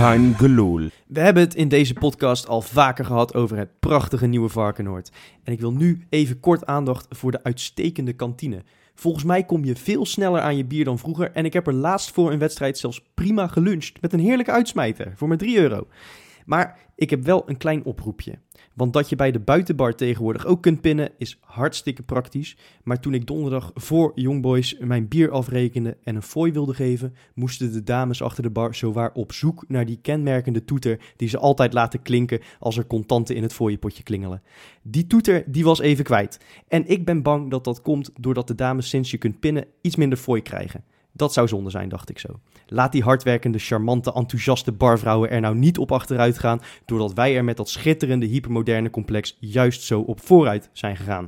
Kein gelul. We hebben het in deze podcast al vaker gehad over het prachtige nieuwe Varkenoord. En ik wil nu even kort aandacht voor de uitstekende kantine. Volgens mij kom je veel sneller aan je bier dan vroeger. En ik heb er laatst voor een wedstrijd zelfs prima geluncht met een heerlijke uitsmijter voor maar €3. Maar ik heb wel een klein oproepje. Want dat je bij de buitenbar tegenwoordig ook kunt pinnen is hartstikke praktisch. Maar toen ik donderdag voor Youngboys mijn bier afrekende en een fooi wilde geven, moesten de dames achter de bar zowaar op zoek naar die kenmerkende toeter die ze altijd laten klinken als er contanten in het fooiepotje klingelen. Die toeter die was even kwijt. En ik ben bang dat dat komt doordat de dames sinds je kunt pinnen iets minder fooi krijgen. Dat zou zonde zijn, dacht ik zo. Laat die hardwerkende, charmante, enthousiaste barvrouwen er nou niet op achteruit gaan, doordat wij er met dat schitterende, hypermoderne complex juist zo op vooruit zijn gegaan.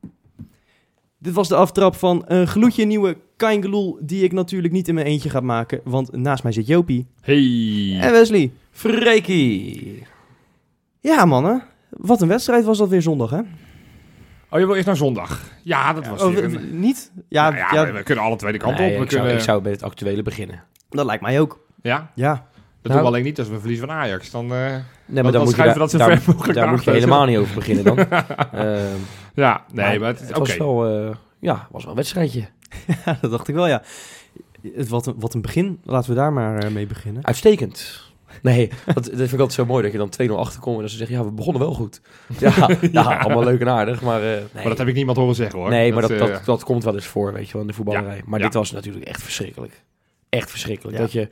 Dit was de aftrap van een gloedje nieuwe Kein Gelul, die ik natuurlijk niet in mijn eentje ga maken, want naast mij zit Jopie. Hey. En Wesley. Freekie. Ja, mannen. Wat een wedstrijd was dat weer zondag, hè? Oh, je wil eerst naar zondag? Ja, dat was weer een... Niet? Nou ja, we kunnen alle twee de kant op. Ik zou bij het actuele beginnen. Dat lijkt mij ook. Ja? Ja. Dat doen we alleen niet als we verliezen van Ajax. Dan, Nee, maar dan moet je daar moet je helemaal niet over beginnen dan. Ja, nee, maar het was wel een wedstrijdje. Ja, dat dacht ik wel, ja. Wat een begin. Laten we daar maar mee beginnen. Uitstekend. Nee, dat vind ik altijd zo mooi dat je dan 2-0 achterkomt en dat ze zeggen, ja, we begonnen wel goed. Ja, allemaal leuk en aardig, maar... Nee. Maar dat heb ik niemand horen zeggen, hoor. Nee, maar dat komt wel eens voor, weet je wel, in de voetballerij. Maar dit was natuurlijk echt verschrikkelijk. Echt verschrikkelijk. Ja.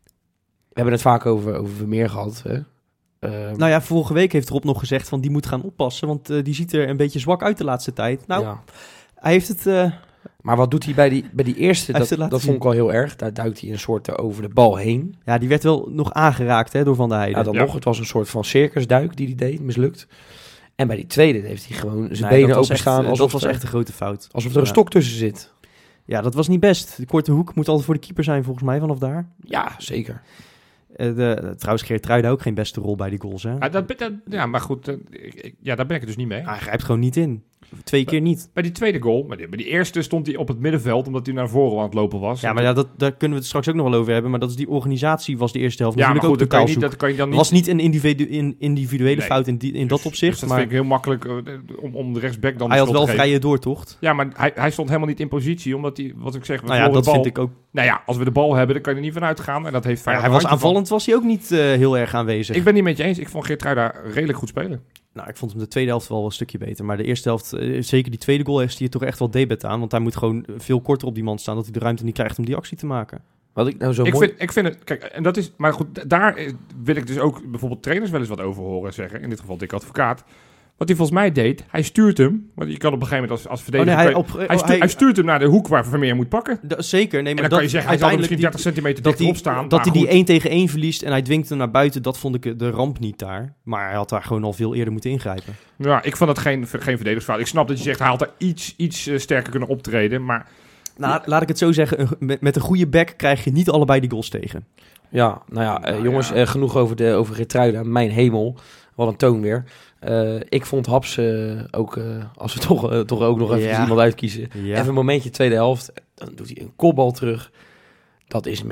We hebben het vaak over Vermeer gehad, hè. Nou ja, vorige week heeft Rob nog gezegd van die moet gaan oppassen, want die ziet er een beetje zwak uit de laatste tijd. Nou, hij heeft het... Maar wat doet hij bij die eerste? Dat vond ik wel heel erg. Daar duikt hij een soort over de bal heen. Ja, die werd wel nog aangeraakt door Van der Heijden. Nog. Het was een soort van circusduik die hij deed, mislukt. En bij die tweede heeft hij gewoon zijn benen openstaan. Dat was echt een grote fout. Alsof er een stok tussen zit. Ja, dat was niet best. De korte hoek moet altijd voor de keeper zijn, volgens mij, vanaf daar. Ja, zeker. Trouwens, Geertruiden ook geen beste rol bij die goals, hè? Ja, maar goed, daar ben ik het dus niet mee. Hij grijpt gewoon niet in. 2 keer niet. Bij die tweede goal, bij die eerste stond hij op het middenveld, omdat hij naar voren aan het lopen was. Ja, maar daar kunnen we het straks ook nog wel over hebben. Maar dat is die organisatie was de eerste helft natuurlijk ook totaal zoek. Dat kan je dan niet... Het was niet een individuele fout in dat opzicht. Dus dat maar vind ik heel makkelijk om de rechtsback dan hij had wel vrije doortocht. Ja, maar hij stond helemaal niet in positie, omdat hij, wat ik zeg... dat vind ik ook. Nou ja, als we de bal hebben, dan kan je er niet van uitgaan. En dat heeft hij was aanvallend, was hij ook niet heel erg aanwezig. Ik ben niet met je eens. Ik vond Geertruida redelijk goed spelen. Nou, ik vond hem de tweede helft wel een stukje beter. Maar de eerste helft, zeker die tweede goal, heeft hij toch echt wel debet aan. Want hij moet gewoon veel korter op die man staan, dat hij de ruimte niet krijgt om die actie te maken. Wat ik nou zo ik vind het, kijk, en dat is, maar goed, daar wil ik dus ook bijvoorbeeld trainers wel eens wat over horen zeggen. In dit geval Dick Advocaat. Wat hij volgens mij deed, hij stuurt hem. Want je kan op een gegeven moment als verdediger... hij stuurt hem naar de hoek waar Vermeer moet pakken. Zeker. Nee, maar en dan kan je zeggen, hij zal misschien 30 centimeter dichterop staan. Dat hij die 1 tegen 1 verliest en hij dwingt hem naar buiten, dat vond ik de ramp niet daar. Maar hij had daar gewoon al veel eerder moeten ingrijpen. Ja, ik vond dat geen verdedigersfout. Ik snap dat je zegt, hij had daar iets sterker kunnen optreden, maar... Nou, laat ik het zo zeggen, met een goede back krijg je niet allebei die goals tegen. Ja, jongens, genoeg over Geertruida. Mijn hemel, wat een toon weer. Ik vond Haps ook, als we toch ook nog even iemand uitkiezen. Ja. Even een momentje tweede helft, dan doet hij een kopbal terug. Dat is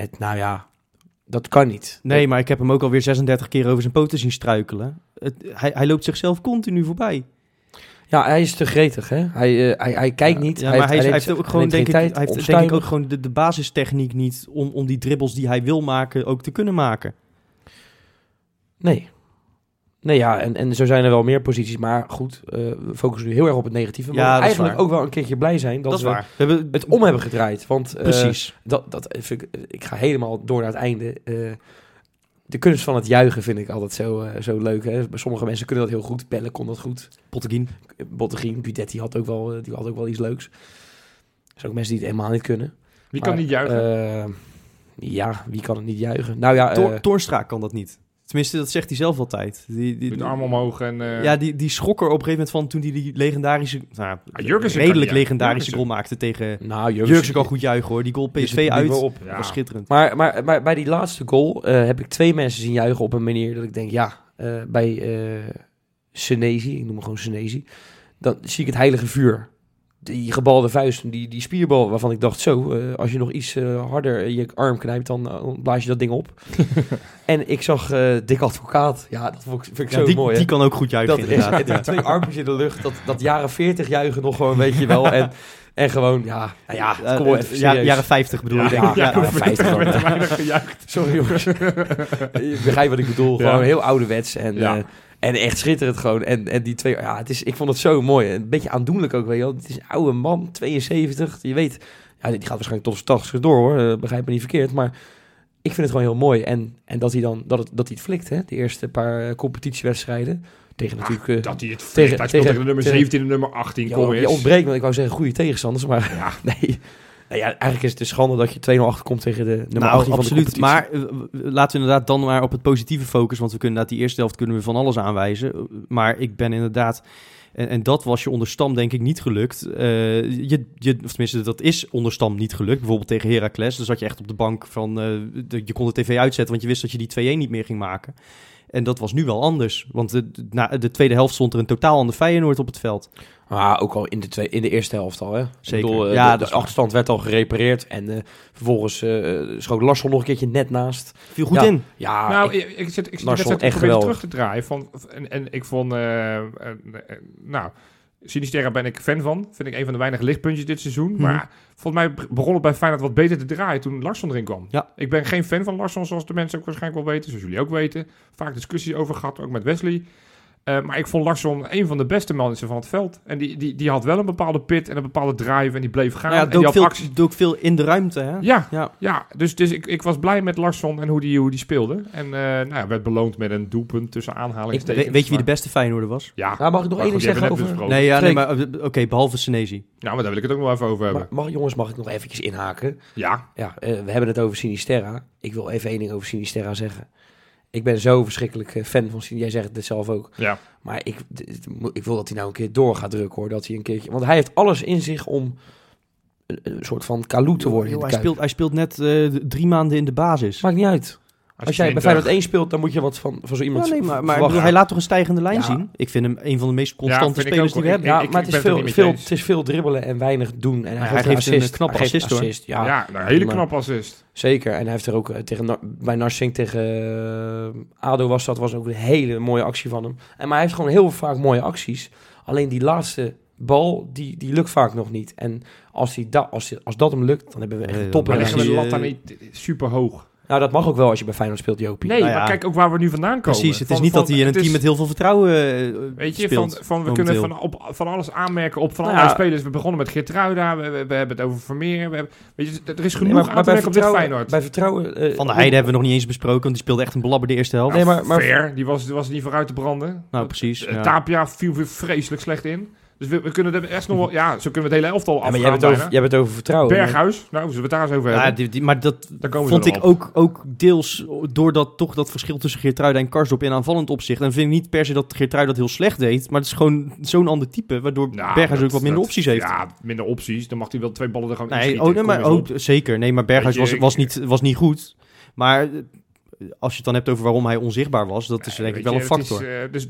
dat kan niet. Nee, maar ik heb hem ook alweer 36 keer over zijn poten zien struikelen. Hij loopt zichzelf continu voorbij. Ja, hij is te gretig, hè? Hij kijkt niet. Ja, maar hij heeft ook gewoon, denk ik, ook gewoon de basistechniek niet om die dribbles die hij wil maken ook te kunnen maken. Nee, ja, en zo zijn er wel meer posities. Maar goed, we focussen nu heel erg op het negatieve. Maar ja, eigenlijk ook wel een keertje blij zijn dat we het om hebben gedraaid. Want precies. Ik ga helemaal door naar het einde. De kunst van het juichen vind ik altijd zo leuk. Hè? Sommige mensen kunnen dat heel goed. Pelle kon dat goed. Botteguin, Guidetti had ook wel iets leuks. Er zijn ook mensen die het helemaal niet kunnen. Wie kan niet juichen? Wie kan het niet juichen? Nou ja, Toornstra kan dat niet. Tenminste, dat zegt hij zelf altijd. Met arm omhoog en... Ja, die schrok er op een gegeven moment van toen hij die legendarische... redelijk legendarische goal maakte tegen... Jurgensen kan goed juichen, hoor. Die goal PSV uit was schitterend. Maar bij die laatste goal heb ik 2 mensen zien juichen op een manier dat ik denk... bij Senesi, ik noem hem gewoon Senesi... dan zie ik het heilige vuur die gebalde vuist, die spierbal waarvan ik dacht zo, als je nog iets harder je arm knijpt, dan blaas je dat ding op. En ik zag Dick Advocaat. Ja, dat vind ik zo mooi. Die kan ook goed juichen inderdaad. Die 2 armpjes in de lucht, dat jaren 40 juichen nog gewoon, weet je wel. En gewoon, kom maar even serieus. Jaren 50 bedoel je? Ja, 50 werd weinig gejuicht. Sorry jongens. Je begrijpt wat ik bedoel. Gewoon heel ouderwets en echt schitterend gewoon. En die 2, ik vond het zo mooi. Een beetje aandoenlijk ook, weet je wel. Het is een oude man, 72. Je weet, die gaat waarschijnlijk tot zijn 80 door, hoor. Begrijp me niet verkeerd, maar ik vind het gewoon heel mooi. En dat hij dan, dat hij het flikt, hè. De eerste paar competitiewedstrijden. Tegen natuurlijk... dat hij het flikt. Hij speelt tegen de nummer 17 en de nummer 18. Je ontbreekt me. Ik wou zeggen goede tegenstanders, maar nee. Nou ja, eigenlijk is het een schande dat je 2-0 achterkomt tegen de nummer 18 van de competitie. Maar laten we inderdaad dan maar op het positieve focussen. Want we kunnen inderdaad die eerste helft kunnen we van alles aanwijzen. Maar ik ben inderdaad... En dat was je onder Stam denk ik niet gelukt. Of tenminste, dat is onder Stam niet gelukt. Bijvoorbeeld tegen Heracles. Dan zat je echt op de bank van... je kon de tv uitzetten, want je wist dat je die 2-1 niet meer ging maken. En dat was nu wel anders. Want de tweede helft stond er een totaal ander Feyenoord op het veld. Ook al in de eerste helft al, hè? Zeker. Ik bedoel, de achterstand werd al gerepareerd. En vervolgens schoot Larsson nog een keertje net naast. Viel goed in. Ja, nou, ik zit echt geweldig terug te draaien. En ik vond... Sinisterra ben ik fan van. Vind ik een van de weinige lichtpuntjes dit seizoen. Maar volgens mij begon het bij Feyenoord wat beter te draaien toen Larsson erin kwam. Ja. Ik ben geen fan van Larsson, zoals de mensen ook waarschijnlijk wel weten. Zoals jullie ook weten. Vaak discussies over gehad, ook met Wesley. Maar ik vond Larsson een van de beste mensen van het veld. En die had wel een bepaalde pit en een bepaalde drive en die bleef gaan. Ja, doe ook veel in de ruimte, hè? Ja. Dus ik was blij met Larsson en hoe die speelde. En werd beloond met een doelpunt tussen aanhalingstekens. Weet je wie de beste Feyenoorder was? Ja. Nou, mag ik nog één ding zeggen over... Nee, maar oké, behalve Senesi. Nou, maar daar wil ik het ook nog even over hebben. Mag ik nog eventjes inhaken? Ja. We hebben het over Sinisterra. Ik wil even één ding over Sinisterra zeggen. Ik ben zo verschrikkelijk fan van Sinisterra. Jij zegt het zelf ook. Ja. Maar ik wil dat hij nou een keer door gaat drukken, hoor. Dat hij een keertje... Want hij heeft alles in zich om een soort van Kalou te worden. Hij speelt net 3 maanden in de basis. Maakt niet uit. Als jij bij Feyenoord 1 speelt, dan moet je wat van zo iemand maar hij laat toch een stijgende lijn zien? Ik vind hem een van de meest constante spelers die we hebben. Maar het is veel dribbelen en weinig doen. En hij geeft een knappe assist, hoor. Een hele knappe assist. Zeker. En hij heeft er ook bij Narsing tegen ADO was ook een hele mooie actie van hem. Maar hij heeft gewoon heel vaak mooie acties. Alleen die laatste bal, die lukt vaak nog niet. En als dat hem lukt, dan hebben we echt een top. Maar liggen we de lat dan niet super hoog? Nou, dat mag ook wel als je bij Feyenoord speelt, Jopie. Nee, maar kijk ook waar we nu vandaan komen. Precies, het is niet dat hij in een team met heel veel vertrouwen weet je, speelt. We kunnen van alles aanmerken op van allerlei spelers. We begonnen met Geertruida, we hebben het over Vermeer. Weet je, er is genoeg aan te merken op dit Feyenoord. Bij vertrouwen... Van der Heijden hebben we nog niet eens besproken, want die speelde echt een belabberde eerste helft. Nee, maar Ver, die was niet vooruit te branden. Nou, precies. Tapia viel weer vreselijk slecht in. Dus we kunnen er echt nog wel... Ja, zo kunnen we het hele elftal afgaan. Maar jij hebt het over vertrouwen. Berghuis. Nou, zullen we het daar eens over hebben? Maar dat vond ik ook deels doordat toch dat verschil tussen Geertruida en Karsdorp in aanvallend opzicht. En vind ik niet per se dat Geertruida dat heel slecht deed. Maar het is gewoon zo'n ander type, waardoor Berghuis ook wat minder opties heeft. Ja, minder opties. Dan mag hij wel 2 ballen er gewoon in zeker. Nee, maar Berghuis was niet goed. Maar... Als je het dan hebt over waarom hij onzichtbaar was, dat is denk ik wel een factor.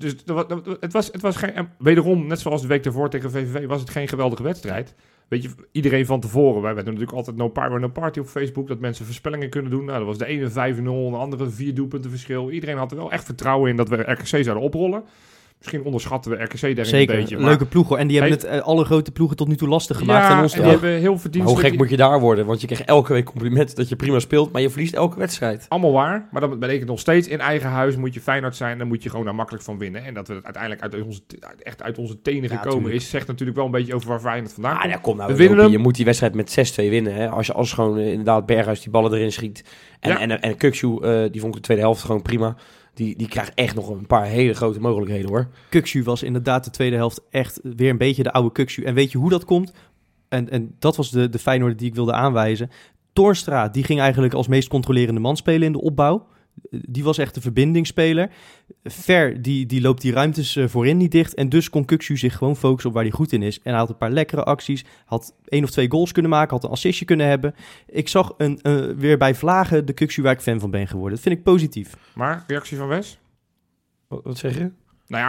Het was geen... Wederom, net zoals de week ervoor tegen VVV, was het geen geweldige wedstrijd. Weet je, iedereen van tevoren. Wij werden natuurlijk altijd no party op Facebook, dat mensen voorspellingen kunnen doen. Nou, dat was de ene 5-0, de andere 4 doelpunten verschil. Iedereen had er wel echt vertrouwen in dat we RKC zouden oprollen. Misschien onderschatten we RKC daarin zeker, een beetje. Maar leuke ploeg hoor. En die hebben het alle grote ploegen tot nu toe lastig gemaakt. Ja, en die hebben heel verdienstelijk... Hoe gek moet je daar worden? Want je krijgt elke week complimenten dat je prima speelt, maar je verliest elke wedstrijd. Allemaal waar, maar dat betekent nog steeds in eigen huis moet je Feyenoord zijn. Dan moet je gewoon daar makkelijk van winnen. En dat we het uiteindelijk uit onze tenen gekomen is, zegt natuurlijk wel een beetje over waar Feyenoord vandaan komt. Ja, kom nou, je moet die wedstrijd met 6-2 winnen. Hè? Als gewoon inderdaad Berghuis die ballen erin schiet. En Kukçu, die vond ik de tweede helft gewoon prima. Die krijgt echt nog een paar hele grote mogelijkheden, hoor. Kukçu was inderdaad de tweede helft echt weer een beetje de oude Kukçu. En weet je hoe dat komt? En dat was de Feyenoord die ik wilde aanwijzen. Toornstra, die ging eigenlijk als meest controlerende man spelen in de opbouw. Die was echt de verbindingsspeler. Ver, die loopt die ruimtes voorin niet dicht. En dus kon Kukçu zich gewoon focussen op waar hij goed in is. En hij had een paar lekkere acties. Had 1 of 2 goals kunnen maken. Had een assistje kunnen hebben. Ik zag weer bij Vlagen de Kukçu waar ik fan van ben geworden. Dat vind ik positief. Maar, reactie van Wes? Wat zeg je? Nou ja,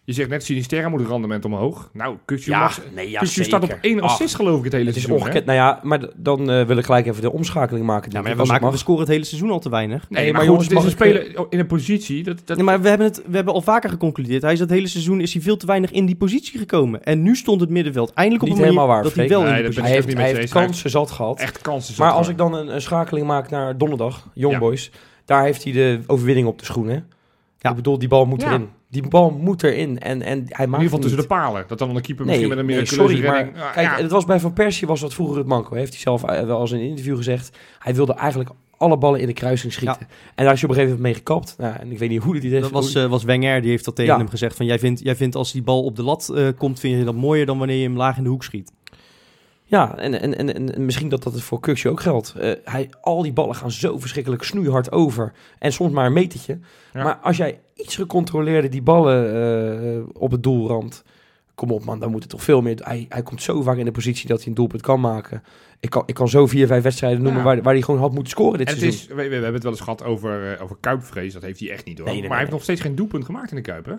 Je zegt net, Sinisterra moet het rendement omhoog. Nou, Kukçu staat op 1 assist geloof ik het hele seizoen. Het is ongekend. Nou ja, maar dan wil ik gelijk even de omschakeling maken. Ja, maar we scoren het hele seizoen al te weinig. Nee, maar jongens, het is een speler in een positie... Nee, maar we hebben al vaker geconcludeerd. Hij is dat hele seizoen is hij veel te weinig in die positie gekomen. En nu stond het middenveld eindelijk op een manier dat hij wel in die positie... Hij heeft kansen zat gehad. Echt kansen zat. Maar als ik dan een schakeling maak naar donderdag, Young Boys... Daar heeft hij de overwinning op de schoenen. Ja. Ik bedoel, die bal moet erin. Die bal moet erin. En hij maakt in ieder geval tussen de palen. Dat dan een keeper misschien met een miraculeuze redding... Maar, kijk, het was bij Van Persie was dat vroeger het manco. Heeft hij zelf wel eens in een interview gezegd. Hij wilde eigenlijk alle ballen in de kruising schieten. Ja. En daar is je op een gegeven moment mee gekapt. Nou, en ik weet niet hoe hij dit heeft. Dat was Wenger, die heeft dat tegen hem gezegd. Van, jij vindt als die bal op de lat komt, vind je dat mooier dan wanneer je hem laag in de hoek schiet. Ja, en misschien dat het voor Kukçu ook geldt. Al die ballen gaan zo verschrikkelijk snoeihard over. En soms maar een metertje. Ja. Maar als jij iets gecontroleerde die ballen op het doel ramt... Kom op man, dan moet het toch veel meer... Hij komt zo vaak in de positie dat hij een doelpunt kan maken. Ik kan zo 4-5 wedstrijden noemen waar hij gewoon had moeten scoren dit seizoen. We hebben het wel eens gehad over Kuipvrees. Dat heeft hij echt niet hoor. Nee, maar hij heeft nog steeds geen doelpunt gemaakt in de Kuip, hè?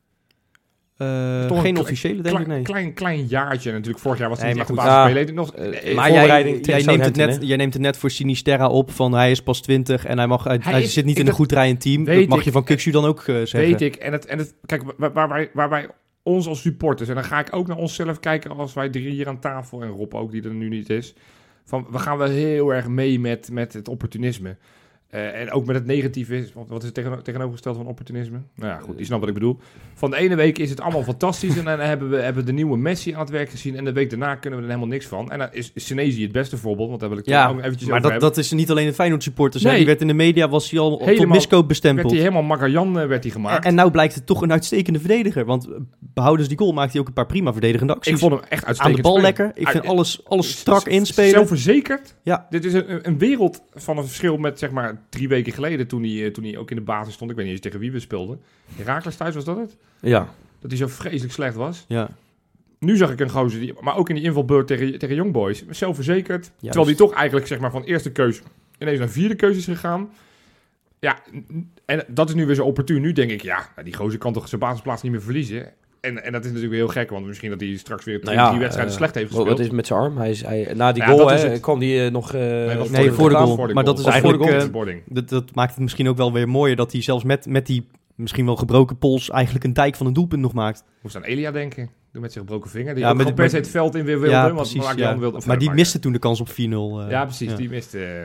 Geen officiële, denk ik, nee. Klein jaartje. Natuurlijk, vorig jaar was hij echt een basisspeler. Maar jij neemt het net voor Sinisterra op van hij is pas 20 en hij zit niet in een goed draaiend team. Dat mag je van Kukçu dan ook zeggen. Weet ik. Kijk, waar wij ons als supporters, en dan ga ik ook naar onszelf kijken als wij 3 hier aan tafel, en Rob ook, die er nu niet is, van we gaan wel heel erg mee met het opportunisme. En ook met het negatieve, wat is het tegenovergesteld van opportunisme? Nou ja, goed, die snapt wat ik bedoel. Van de ene week is het allemaal fantastisch en dan hebben we de nieuwe Messi aan het werk gezien en de week daarna kunnen we er helemaal niks van. En dan is Senesi het beste voorbeeld, want daar wil ik ook eventjes over hebben. Dat is niet alleen de Feyenoord supporters. Nee. Die werd in de media, was hij al tot miskoop bestempeld. Werd hij helemaal Magajan gemaakt. En nou blijkt het toch een uitstekende verdediger, want behoudens die goal maakt hij ook een paar prima verdedigende acties. Ik vond hem echt uitstekend. Aan de bal lekker. Ik vind alles strak inspelen. Zelfverzekerd. Ja. Dit is een wereld van een verschil met zeg maar 3 weken geleden. Toen hij ook in de basis stond. Ik weet niet eens tegen wie we speelden. Heracles thuis, was dat het? Ja. Dat hij zo vreselijk slecht was. Ja. Nu zag ik een gozer, maar ook in die invalbeurt tegen Young Boys. Zelfverzekerd. Juist. Terwijl hij toch eigenlijk zeg maar van eerste keus ineens naar 4e keus is gegaan. Ja, en dat is nu weer zo opportun. Nu denk ik, die gozer kan toch zijn basisplaats niet meer verliezen. En dat is natuurlijk heel gek, want misschien dat hij straks weer 3 wedstrijden slecht heeft gespeeld. Wat is met zijn arm? Na die goal kwam hij nog... nee, voor de goal. Maar dat is eigenlijk... Dat maakt het misschien ook wel weer mooier dat hij zelfs met die misschien wel gebroken pols eigenlijk een dijk van een doelpunt nog maakt. Moest aan Elia denken. Doe met zijn gebroken vinger. Die ook per se het veld in weer wilde. Ja, precies, maar die miste toen de kans op 4-0. Ja, precies. Die miste.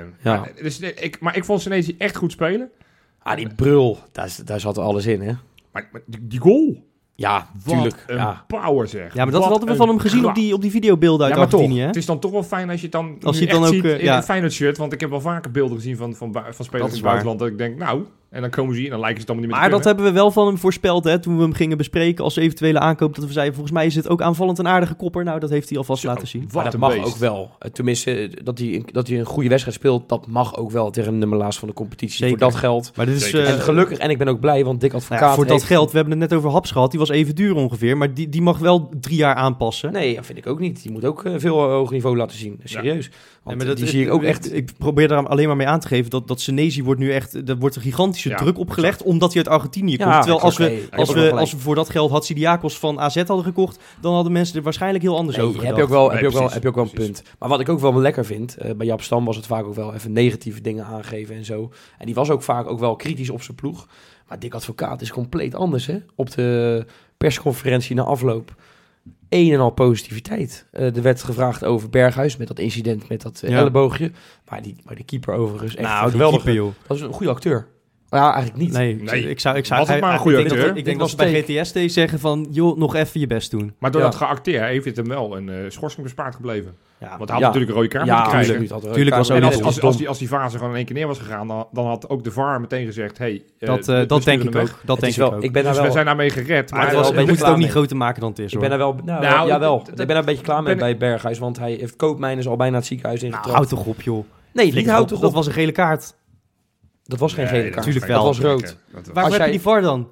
Maar ik vond Senesi echt goed spelen. Die brul. Daar zat alles in, hè? Maar die goal... Ja, tuurlijk. Een power zeg. Ja, maar dat hadden we van hem gezien op die videobeelden uit Argentinië. Het is dan toch wel fijn als je het dan ziet in een Feyenoord shirt. Want ik heb wel vaker beelden gezien van spelers in het buitenland. Dat ik denk, en dan komen ze hier en dan lijken ze het allemaal niet meer te kunnen. Maar dat hebben we wel van hem voorspeld, hè, toen we hem gingen bespreken als eventuele aankoop. Dat we zeiden, volgens mij is het ook aanvallend een aardige kopper. Nou, dat heeft hij alvast laten zien. Maar dat mag ook wel. Tenminste, dat hij een goede wedstrijd speelt, dat mag ook wel tegen een nummerlaas van de competitie. Zeker. Voor dat geld. Maar dit is, en gelukkig, en ik ben ook blij, want Dick Advocaat voor dat geld, we hebben het net over Haps gehad, die was even duur ongeveer. Maar die mag wel 3 jaar aanpassen. Nee, dat vind ik ook niet. Die moet ook veel hoger niveau laten zien. Serieus. Want maar die zie ik ook echt. Ik probeer er alleen maar mee aan te geven dat Senesi wordt nu echt, er wordt een gigantische druk opgelegd, omdat hij uit Argentinië komt. Terwijl als we voor dat geld Hatsidiakos van AZ hadden gekocht, dan hadden mensen er waarschijnlijk heel anders over gedacht. Heb je ook wel een punt. Maar wat ik ook wel lekker vind, bij Jaap Stam was het vaak ook wel even negatieve dingen aangeven en zo. En die was ook vaak ook wel kritisch op zijn ploeg. Maar Dick Advocaat is compleet anders, hè? Op de persconferentie na afloop. Een en al positiviteit. Er werd gevraagd over Berghuis met dat incident met dat elleboogje. Maar die keeper overigens echt geweldig. Keeper, dat is een goede acteur. Ja, eigenlijk niet. Nee. Ik zou maar een goede acteur. Ik denk dat ze bij GTS zeggen van, joh, nog even je best doen. Maar door dat geacteerd heeft het hem wel een schorsing bespaard gebleven. Ja. Want hij had natuurlijk een rode kaart moeten krijgen. Tuurlijk was en als die fase gewoon in 1 keer neer was gegaan, dan had ook de VAR meteen gezegd, dat denk ik ook. Dat denk ik ook. We zijn daarmee gered. Maar je moet het ook niet groter maken dan het is, hoor. Ik ben er wel, jawel. Ik ben er een beetje klaar mee bij Berghuis, want hij heeft Koopmeiners al bijna het ziekenhuis ingetrapt. Houd toch op, joh. Nee, niet houd toch op. Dat was een gele kaart. Dat was geen gele kaart. Natuurlijk wel. Dat was rood. Waar heb je die VAR dan?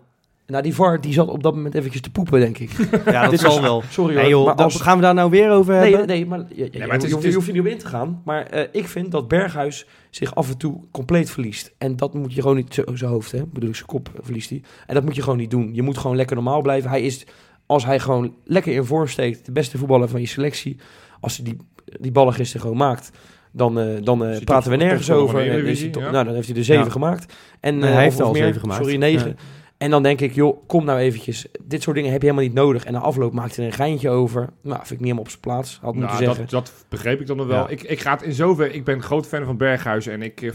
Nou, die VAR die zat op dat moment eventjes te poepen, denk ik. Ja, dat zal wel. Sorry hoor. Nee, joh, gaan we daar nou weer over hebben? Nee, maar je hoeft er niet op in te gaan. Maar ik vind dat Berghuis zich af en toe compleet verliest. En dat moet je gewoon niet... Zijn hoofd, hè? Bedoel ik, zijn kop verliest hij. En dat moet je gewoon niet doen. Je moet gewoon lekker normaal blijven. Hij is, als hij gewoon lekker in vorm steekt, de beste voetballer van je selectie. Als hij die ballen gisteren gewoon maakt... Dan praten we nergens over. Nou, dan heeft hij er 7 gemaakt. En hij heeft er al 7 gemaakt. Sorry, 9. Ja. En dan denk ik, joh, kom nou eventjes. Dit soort dingen heb je helemaal niet nodig. En na afloop maakt hij er een geintje over. Nou, vind ik niet helemaal op zijn plaats. Had moeten zeggen. Dat begreep ik dan nog wel. Ja. Ik ga het in zover... Ik ben een groot fan van Berghuis. En ik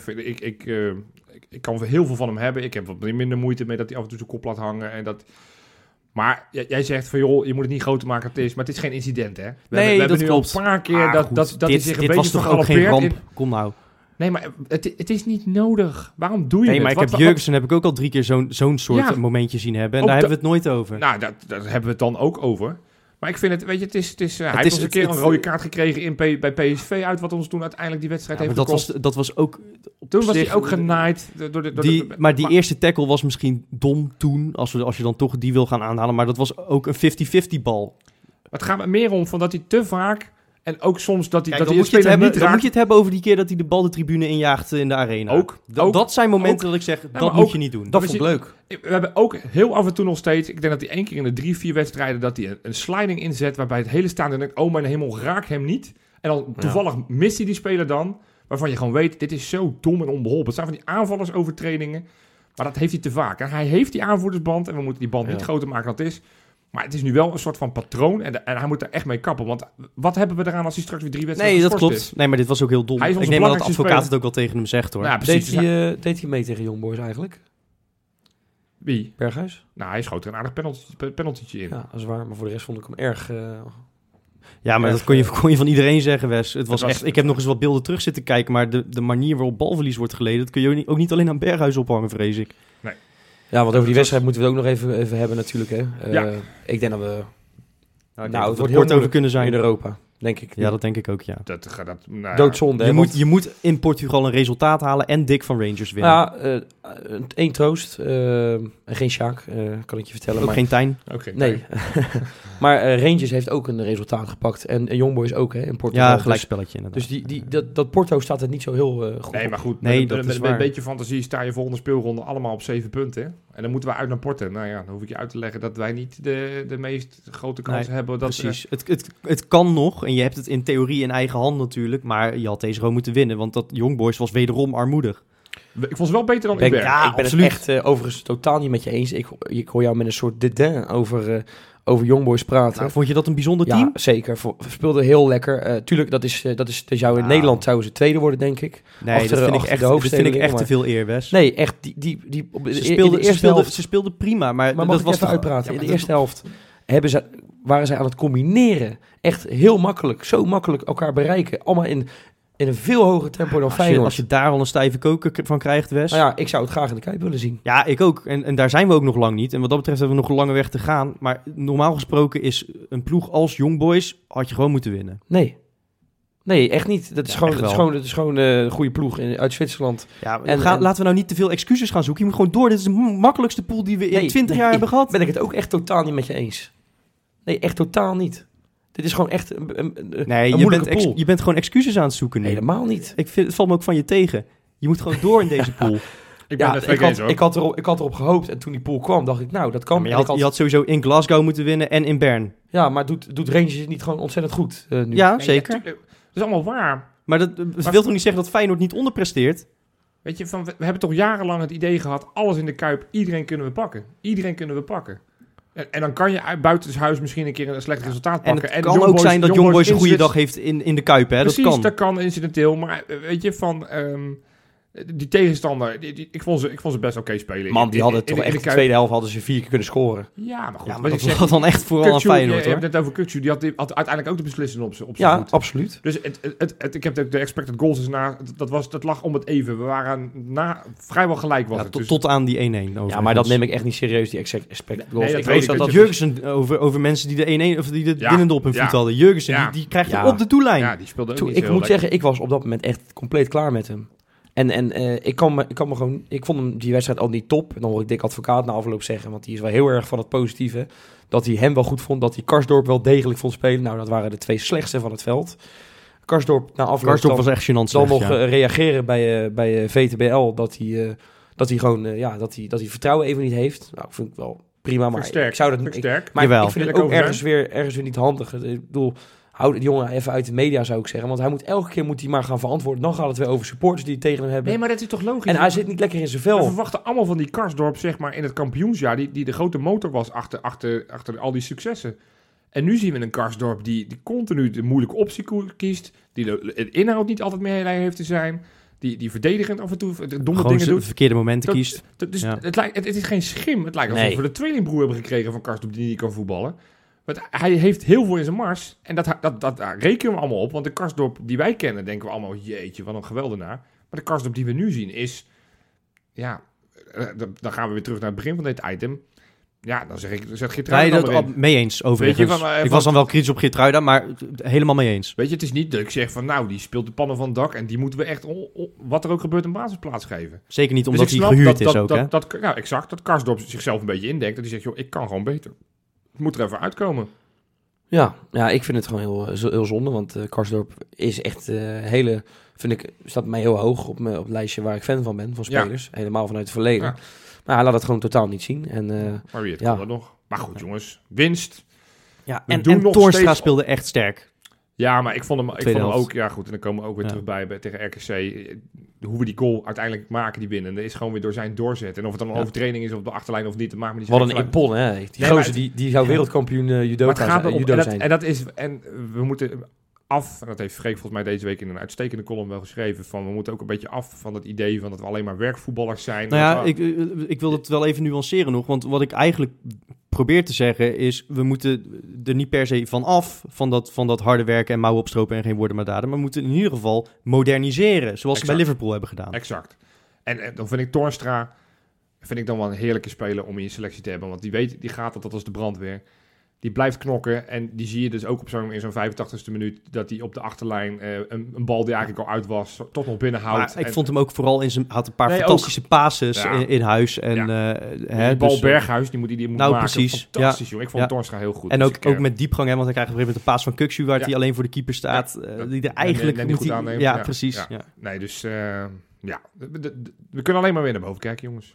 kan heel veel van hem hebben. Ik heb wat minder moeite mee dat hij af en toe zijn kop laat hangen. En dat... Maar jij zegt van, joh, je moet het niet groter maken dan het is. Maar het is geen incident, hè? We hebben nu al een paar keer dat hij zich een beetje was toch ook geen ramp? Kom nou. Nee, maar het is niet nodig. Waarom doe je het? Nee, maar Jurgensen heb ik ook al 3 keer zo'n soort momentje zien hebben. En daar hebben we het nooit over. Nou, daar hebben we het dan ook over. Maar ik vind het, weet je, hij heeft ons een keer een rode kaart gekregen bij PSV uit, wat ons toen uiteindelijk die wedstrijd heeft gekost. Dat was ook... Toen was hij ook genaaid. Maar die eerste tackle was misschien dom toen, als je dan toch die wil gaan aanhalen. Maar dat was ook een 50-50 bal. Het gaat me meer om van dat hij te vaak... En ook soms dat hij dan moet je het hebben over die keer dat hij de bal de tribune injaagt in de arena. Ook. Dat zijn momenten dat ik zeg, dat moet je niet doen. Dat vond ik leuk. We hebben ook heel af en toe nog steeds... Ik denk dat hij 1 keer in de 3-4 wedstrijden... dat hij een sliding inzet waarbij het hele staan... en denkt, oh mijn hemel, raak hem niet. En dan toevallig mist hij die speler dan... waarvan je gewoon weet, dit is zo dom en onbeholpen. Het zijn van die aanvallersovertredingen. Maar dat heeft hij te vaak. En hij heeft die aanvoerdersband... en we moeten die band niet groter maken dan het is... Maar het is nu wel een soort van patroon en hij moet er echt mee kappen. Want wat hebben we eraan als hij straks weer 3 wedstrijden Nee, dat klopt. Is? Nee, maar dit was ook heel dom. Ik neem aan dat de advocaat het ook wel tegen hem zegt, hoor. Ja, precies. Deed hij mee tegen Young Boys eigenlijk? Wie? Berghuis? Nou, hij schoot er een aardig penaltytje in. Ja, dat is waar. Maar voor de rest vond ik hem erg... Ja, maar dat kon je van iedereen zeggen, Wes. Het was echt... Ik heb nog eens wat beelden terug zitten kijken... maar de manier waarop balverlies wordt geleden... dat kun je ook niet alleen aan Berghuis ophangen, vrees ik. Nee. Ja, want over die wedstrijd moeten we het ook nog even hebben natuurlijk. Hè. Ik denk dat we... het wordt heel kort over kunnen zijn in Europa, denk ik. Ja, dat denk ik ook, ja. Doodzonde. Je moet in Portugal een resultaat halen en dik van Rangers winnen. Ja, 1 troost. Geen Sjaak, kan ik je vertellen. Ook geen Tijn? Nee. Maar Rangers heeft ook een resultaat gepakt. En Young Boys ook, hè, in Portugal. Ja, gelijkspelletje inderdaad. Dus dat Porto staat er niet zo heel goed. Nee, maar goed. Nee, met een beetje fantasie sta je volgende speelronde allemaal op 7 punten. Hè? En dan moeten we uit naar Porto. Nou ja, dan hoef ik je uit te leggen dat wij niet de meest grote kans hebben. Dat precies. Het kan nog. En je hebt het in theorie in eigen hand natuurlijk. Maar je had deze gewoon moeten winnen. Want dat Young Boys was wederom armoedig. Ik vond ze wel beter dan Iber. Ja, ik ben het echt overigens totaal niet met je eens. Ik hoor jou met een soort dédain over Young Boys praten. Nou, vond je dat een bijzonder team? Ja, zeker. We speelden heel lekker. Tuurlijk, dat is jou in Nederland zouden ze tweede worden, denk ik. Nee, dat vind ik echt te veel eer, Wes. Nee, echt. Ze speelden prima, maar dat was even uitpraten. In de eerste helft waren zij aan het combineren. Echt heel makkelijk. Zo makkelijk elkaar bereiken. Allemaal in een veel hoger tempo dan Feyenoord. Als je daar al een stijve koker van krijgt, Wes. Nou ja, ik zou het graag in de Kuip willen zien. Ja, ik ook. En daar zijn we ook nog lang niet. En wat dat betreft hebben we nog een lange weg te gaan. Maar normaal gesproken is een ploeg als Young Boys... had je gewoon moeten winnen. Nee, echt niet. Dat is gewoon een goede ploeg uit Zwitserland. Ja, laten we nou niet te veel excuses gaan zoeken. Je moet gewoon door. Dit is de makkelijkste pool die we in 20 jaar hebben gehad. Ben ik het ook echt totaal niet met je eens. Nee, echt totaal niet. Dit is gewoon echt een moeilijke pool. Je bent gewoon excuses aan het zoeken nu. Helemaal niet. Het valt me ook van je tegen. Je moet gewoon door in deze pool. Ik had erop gehoopt. En toen die pool kwam, dacht ik, nou, dat kan. Ja, maar je had sowieso in Glasgow moeten winnen en in Bern. Ja, maar doet Rangers het niet gewoon ontzettend goed nu? Ja, zeker. Dat is allemaal waar. Maar dat wil toch niet zeggen dat Feyenoord niet onderpresteert? Weet je, we hebben toch jarenlang het idee gehad... alles in de Kuip, iedereen kunnen we pakken. En dan kan je buitenshuis misschien een keer een slecht resultaat pakken. En het kan ook zijn dat Young Boys een goede dag heeft in de Kuip. Hè? Precies, dat kan incidenteel. Maar weet je, van... die tegenstander, ik vond ze best oké spelen. Man, die hadden toch echt in de tweede helft hadden ze 4 keer kunnen scoren. Ja, maar goed. Ja, maar dat was dan echt vooral aan Feyenoord, hoor. Je hebt het net over Kukçu, die had uiteindelijk ook de beslissing op zijn ja, voet. Absoluut. Dus ik heb de expected goals dat lag om het even. We waren vrijwel gelijk. Was het, tot aan die 1-1. Ja, maar dat neem ik echt niet serieus, die expected goals. Nee, ik weet dat Jurgensen over mensen die de 1-1 of die de winnende op hun voet hadden. Jurgensen, die krijg je op de doellijn. Ja, die speelde ook niet Ik moet zeggen, ik was op dat moment echt compleet klaar met hem. En ik vond hem die wedstrijd al niet top. En dan hoor ik Dick Advocaat na afloop zeggen, want die is wel heel erg van het positieve. Dat hij hem wel goed vond, dat hij Karsdorp wel degelijk vond spelen. Nou, dat waren de 2 slechtste van het veld. Karsdorp na afloop Karsdorp was echt gênant dan nog reageren bij VTBL dat hij gewoon dat hij vertrouwen even niet heeft. Nou, vind ik wel prima, maar ik zou dat sterk. Maar ik vind het ook ergens weer niet handig. Ik bedoel, hou die jongen even uit de media, zou ik zeggen. Want hij moet elke keer maar gaan verantwoorden. Dan gaat het weer over supporters die tegen hem hebben. Nee, maar dat is toch logisch? En hij zit niet lekker in zijn vel. We verwachten allemaal van die Karsdorp, zeg maar, in het kampioensjaar, die de grote motor was achter al die successen. En nu zien we een Karsdorp die continu de moeilijke optie kiest, die de inhoud niet altijd meer heeft te zijn, die verdedigend af en toe domme dingen doet. Verkeerde momenten kiest. Dus het is geen schim. Het lijkt alsof we de tweelingbroer hebben gekregen van Karsdorp die niet kan voetballen. Want hij heeft heel veel in zijn mars. En dat rekenen we allemaal op. Want de Karsdorp die wij kennen, denken we allemaal, jeetje, wat een geweldenaar. Maar de Karsdorp die we nu zien is, ja, dan gaan we weer terug naar het begin van dit item. Ja, dan zeg ik, zet Geertruida dan erin. Mee eens, overigens. Ik was dan wel kritisch op Geertruida, maar helemaal mee eens. Weet je, het is niet dat ik zeg van, nou, die speelt de pannen van het dak en die moeten we echt, wat er ook gebeurt, een basisplaats geven. Zeker niet omdat hij gehuurd is ook, hè? Nou, exact, dat Karsdorp zichzelf een beetje indenkt. Dat hij zegt, joh, ik kan gewoon beter. Het moet er even uitkomen. Ja, ik vind het gewoon heel zonde, want Karsdorp is echt staat mij heel hoog op het lijstje waar ik fan van ben, van spelers. Ja. Helemaal vanuit het verleden. Ja. Maar hij laat het gewoon totaal niet zien. En, maar wie het kan dat nog. Maar goed, jongens, winst. Ja, en Toornstra speelde echt sterk. Ja, maar ik vond hem ook... Ja, goed, en dan komen we ook weer terug bij tegen RKC. Hoe we die goal uiteindelijk maken, die winnen. Dat is gewoon weer door zijn doorzetten. En of het dan een overtreding is op de achterlijn of niet, dat maakt me niet zo. Wat een impon, hè? Die gozer, die zou wereldkampioen judo zijn. En we moeten af, en dat heeft Freek volgens mij deze week in een uitstekende column wel geschreven, van we moeten ook een beetje af van het idee van dat we alleen maar werkvoetballers zijn. Nou ja, ik wil het wel even nuanceren nog, want wat ik eigenlijk probeer te zeggen is, we moeten er niet per se van af, van dat harde werken en mouwen opstropen en geen woorden maar daden, maar we moeten in ieder geval moderniseren, zoals ze bij Liverpool hebben gedaan. Exact. En dan vind ik Toornstra, dan wel een heerlijke speler om in je selectie te hebben, want die gaat altijd als de brandweer. Die blijft knokken en die zie je dus ook in zo'n 85e minuut dat hij op de achterlijn een bal die eigenlijk al uit was, toch nog binnenhoudt. Maar ik vond hem ook vooral had een paar fantastische passes in huis. En, die bal Berghuis, die moet maken. Precies. Fantastisch, joh. Ik vond Toornstra heel goed. En ook met diepgang, hè, want hij krijgt op een gegeven moment een paas van Kukçu waar hij alleen voor de keeper staat. Die er eigenlijk niet goed aanneemt. Ja, precies. Ja. Ja. Nee, dus we kunnen alleen maar weer naar boven kijken, jongens.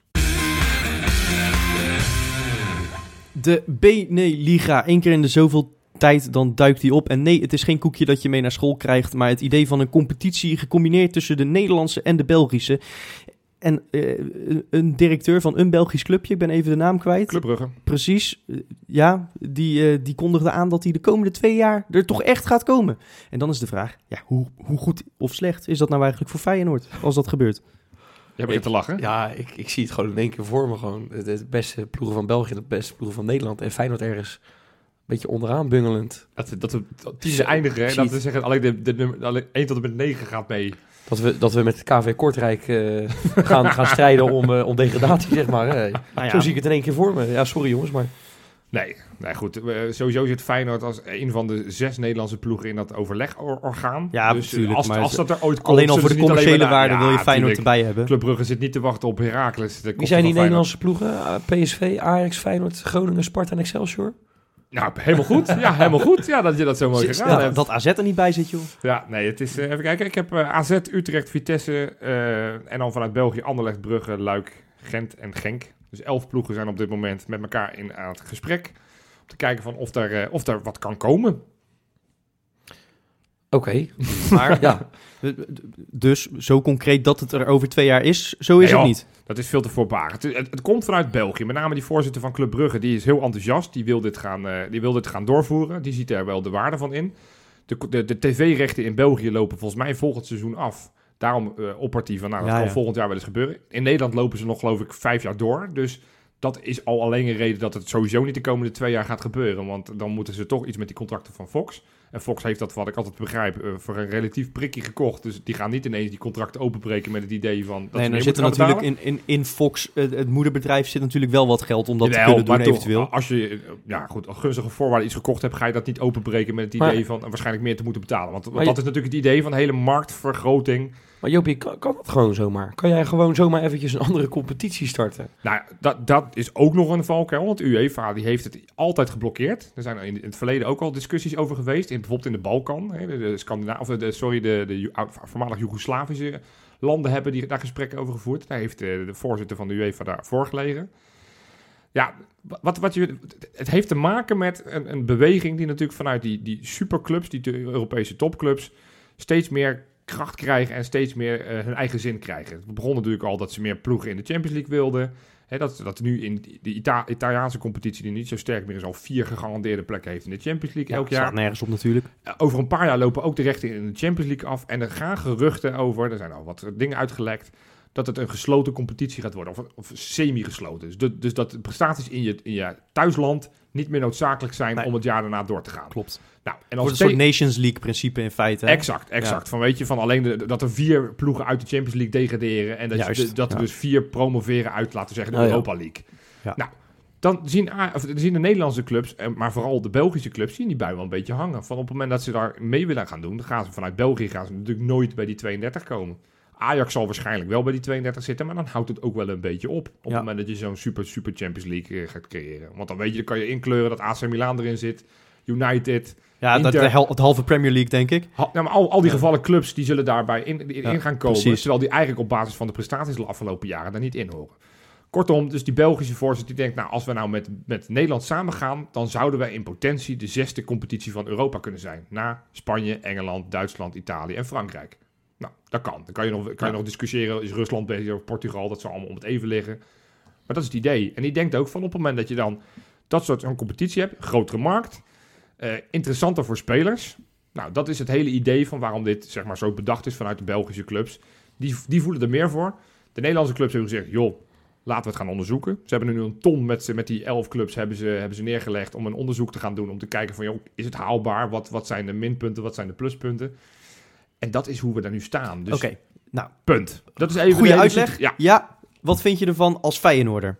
De Beneliga, 1 keer in de zoveel tijd, dan duikt die op. En nee, het is geen koekje dat je mee naar school krijgt, maar het idee van een competitie gecombineerd tussen de Nederlandse en de Belgische. En een directeur van een Belgisch clubje, ik ben even de naam kwijt. Club Brugge. Precies, die kondigde aan dat hij de komende 2 jaar er toch echt gaat komen. En dan is de vraag, hoe goed of slecht is dat nou eigenlijk voor Feyenoord, als dat gebeurt? Jij begint te lachen? Ja, ik zie het gewoon in één keer voor me. Gewoon. De beste ploegen van België, de beste ploegen van Nederland. En Feyenoord ergens een beetje onderaan bungelend. Dat we 10e eindigen, hè? Dat we zeggen, alleen 1 tot en met 9 gaat mee. Dat we met het KV Kortrijk gaan strijden om degradatie, zeg maar. Hè. Nou ja. Zo zie ik het in één keer voor me. Ja, sorry jongens, maar... Nee, goed. Sowieso zit Feyenoord als een van de 6 Nederlandse ploegen in dat overlegorgaan. Ja, dus natuurlijk. Als dat er ooit komt... Alleen al voor de commerciële waarde wil je Feyenoord erbij hebben. Club Brugge zit niet te wachten op Heracles. Wie zijn die Nederlandse ploegen? PSV, Ajax, Feyenoord, Groningen, Sparta en Excelsior? Nou, helemaal goed. Ja, helemaal goed. Ja, dat je dat zo mooi gedaan hebt. Dat AZ er niet bij zit, joh. Ja, nee, het is... even kijken. Ik heb AZ, Utrecht, Vitesse en dan vanuit België Anderlecht, Brugge, Luik, Gent en Genk. Dus 11 ploegen zijn op dit moment met elkaar aan het gesprek. Om te kijken van of er wat kan komen. Oké. Maar ja, dus zo concreet dat het er over 2 jaar is, zo is het niet. Dat is veel te voorbarig. Het komt vanuit België. Met name die voorzitter van Club Brugge, die is heel enthousiast. Die wil dit gaan doorvoeren. Die ziet er wel de waarde van in. De tv-rechten in België lopen volgens mij volgend seizoen af. Daarom oppert hij van, dat kan volgend jaar wel eens gebeuren. In Nederland lopen ze nog, geloof ik, 5 jaar door. Dus dat is al alleen een reden dat het sowieso niet de komende 2 jaar gaat gebeuren. Want dan moeten ze toch iets met die contracten van Fox. En Fox heeft dat, wat ik altijd begrijp, voor een relatief prikje gekocht. Dus die gaan niet ineens die contracten openbreken met het idee van... dat er zit er natuurlijk in Fox, het moederbedrijf zit natuurlijk wel wat geld om dat te kunnen doen eventueel. Als je op gunstige voorwaarden iets gekocht hebt, ga je dat niet openbreken met het idee van waarschijnlijk meer te moeten betalen. Want dat is natuurlijk het idee van hele marktvergroting. Maar Jopie, kan dat gewoon zomaar? Kan jij gewoon zomaar eventjes een andere competitie starten? Nou, dat is ook nog een valkuil, want UEFA die heeft het altijd geblokkeerd. Er zijn in het verleden ook al discussies over geweest, bijvoorbeeld in de Balkan. De voormalig Joegoslavische landen hebben die daar gesprekken over gevoerd. Daar heeft de voorzitter van de UEFA daarvoor gelegen. Ja, het heeft te maken met een beweging die natuurlijk vanuit die superclubs, die Europese topclubs, steeds meer kracht krijgen en steeds meer hun eigen zin krijgen. Het begon natuurlijk al dat ze meer ploegen in de Champions League wilden. Dat nu in de Italiaanse competitie, die niet zo sterk meer is, al 4 gegarandeerde plekken heeft in de Champions League elk jaar. Staat nergens op natuurlijk. Over een paar jaar lopen ook de rechten in de Champions League af. En er gaan geruchten over, er zijn al wat dingen uitgelekt, dat het een gesloten competitie gaat worden. Of semi-gesloten. Dus dat de prestaties in je thuisland niet meer noodzakelijk zijn om het jaar daarna door te gaan. Klopt. Nou, en als een soort Nations League principe in feite. Hè? Exact. Ja. Van alleen dat er 4 ploegen uit de Champions League degraderen. En dat er dus 4 promoveren uit, laten we zeggen, de Europa League. Ja. Nou, dan zien de Nederlandse clubs, maar vooral de Belgische clubs, zien die bui wel een beetje hangen. Van op het moment dat ze daar mee willen gaan doen, dan gaan ze vanuit België natuurlijk nooit bij die 32 komen. Ajax zal waarschijnlijk wel bij die 32 zitten, maar dan houdt het ook wel een beetje op het moment dat je zo'n super Champions League gaat creëren. Want dan weet je, dan kan je inkleuren dat AC Milan erin zit, United, Inter, het halve Premier League, denk ik. Maar al die gevallen clubs, die zullen daarbij in gaan komen. Precies. Terwijl die eigenlijk op basis van de prestaties de afgelopen jaren daar niet in horen. Kortom, dus die Belgische voorzitter die denkt, nou, als we nou met Nederland samen gaan, dan zouden wij in potentie de 6e competitie van Europa kunnen zijn. Na Spanje, Engeland, Duitsland, Italië en Frankrijk. Nou, dat kan. Dan kan je nog discussiëren, is Rusland bezig of Portugal, dat zou allemaal om het even liggen. Maar dat is het idee. En die denkt ook van op het moment dat je dan dat soort een competitie hebt, grotere markt, interessanter voor spelers. Nou, dat is het hele idee van waarom dit zeg maar zo bedacht is vanuit de Belgische clubs. Die voelen er meer voor. De Nederlandse clubs hebben gezegd, joh, laten we het gaan onderzoeken. Ze hebben nu een ton met die 11 clubs hebben ze neergelegd om een onderzoek te gaan doen. Om te kijken van, joh, is het haalbaar? Wat zijn de minpunten? Wat zijn de pluspunten? En dat is hoe we daar nu staan. Dus, Oké, nou, punt. Dat is even goede uitleg. Ja, wat vind je ervan als Feyenoorder?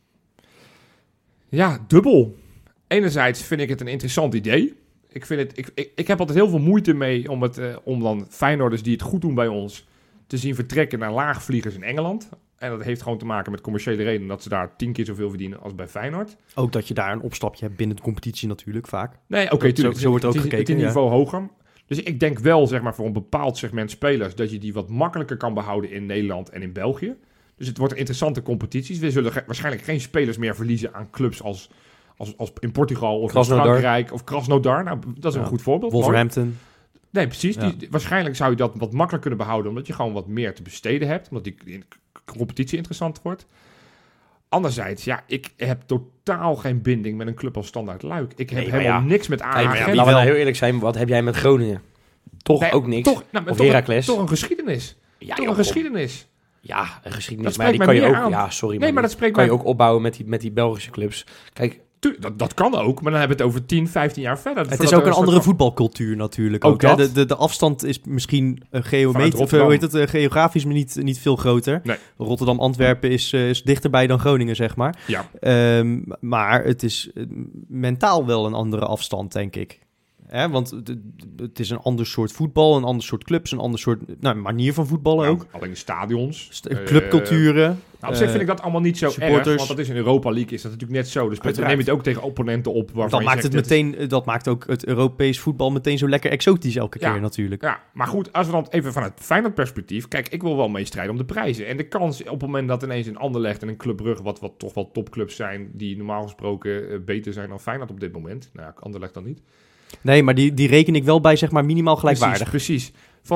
Ja, dubbel. Enerzijds vind ik het een interessant idee. Ik heb altijd heel veel moeite mee om dan Feyenoorders die het goed doen bij ons te zien vertrekken naar laagvliegers in Engeland. En dat heeft gewoon te maken met commerciële redenen dat ze daar 10 keer zoveel verdienen als bij Feyenoord. Ook dat je daar een opstapje hebt binnen de competitie natuurlijk vaak. Nee, oké, tuurlijk. Zo wordt ook gekeken. Het is een niveau hoger. Dus ik denk wel, zeg maar, voor een bepaald segment spelers dat je die wat makkelijker kan behouden in Nederland en in België. Dus het wordt een interessante competities. We zullen waarschijnlijk geen spelers meer verliezen aan clubs als in Portugal of Krasnodar. In Frankrijk of Krasnodar. Nou, dat is een goed voorbeeld. Wolverhampton. Nee, precies. Ja. Waarschijnlijk zou je dat wat makkelijker kunnen behouden, omdat je gewoon wat meer te besteden hebt, omdat die competitie interessant wordt. Anderzijds, ja, ik heb totaal geen binding met een club als Standaard Luik. Ik heb helemaal niks met AGM. Laten we nou heel eerlijk zijn, wat heb jij met Groningen? Toch ook niks? Of Heracles? Toch een geschiedenis. Ja, een geschiedenis. Ja, een geschiedenis. Maar die kan je ook... Aan. Ja, sorry. Nee, maar dat spreekt kan je ook opbouwen met die Belgische clubs. Kijk... Dat kan ook, maar dan hebben we het over 10, 15 jaar verder. Het is ook een andere voetbalcultuur natuurlijk. Ook de afstand is misschien geografisch niet veel groter. Nee. Rotterdam-Antwerpen is dichterbij dan Groningen, zeg maar. Ja. Maar het is mentaal wel een andere afstand, denk ik. Want het is een ander soort voetbal, een ander soort clubs, een ander soort manier van voetballen ook. Alleen stadions. Clubculturen. Op zich vind ik dat allemaal niet zo erg, want dat is in Europa League is dat natuurlijk net zo. Dus dan neem je het ook tegen opponenten op. Dat maakt ook het Europees voetbal meteen zo lekker exotisch elke keer natuurlijk. Ja, maar goed, als we dan even vanuit Feyenoord perspectief, kijk, ik wil wel meestrijden om de prijzen. En de kans op het moment dat ineens een Anderlecht en een Club Brugge, wat toch wel topclubs zijn, die normaal gesproken beter zijn dan Feyenoord op dit moment. Nou ja, Anderlecht dan niet. Nee, maar die reken ik wel bij, zeg maar, minimaal gelijkwaardig. Precies.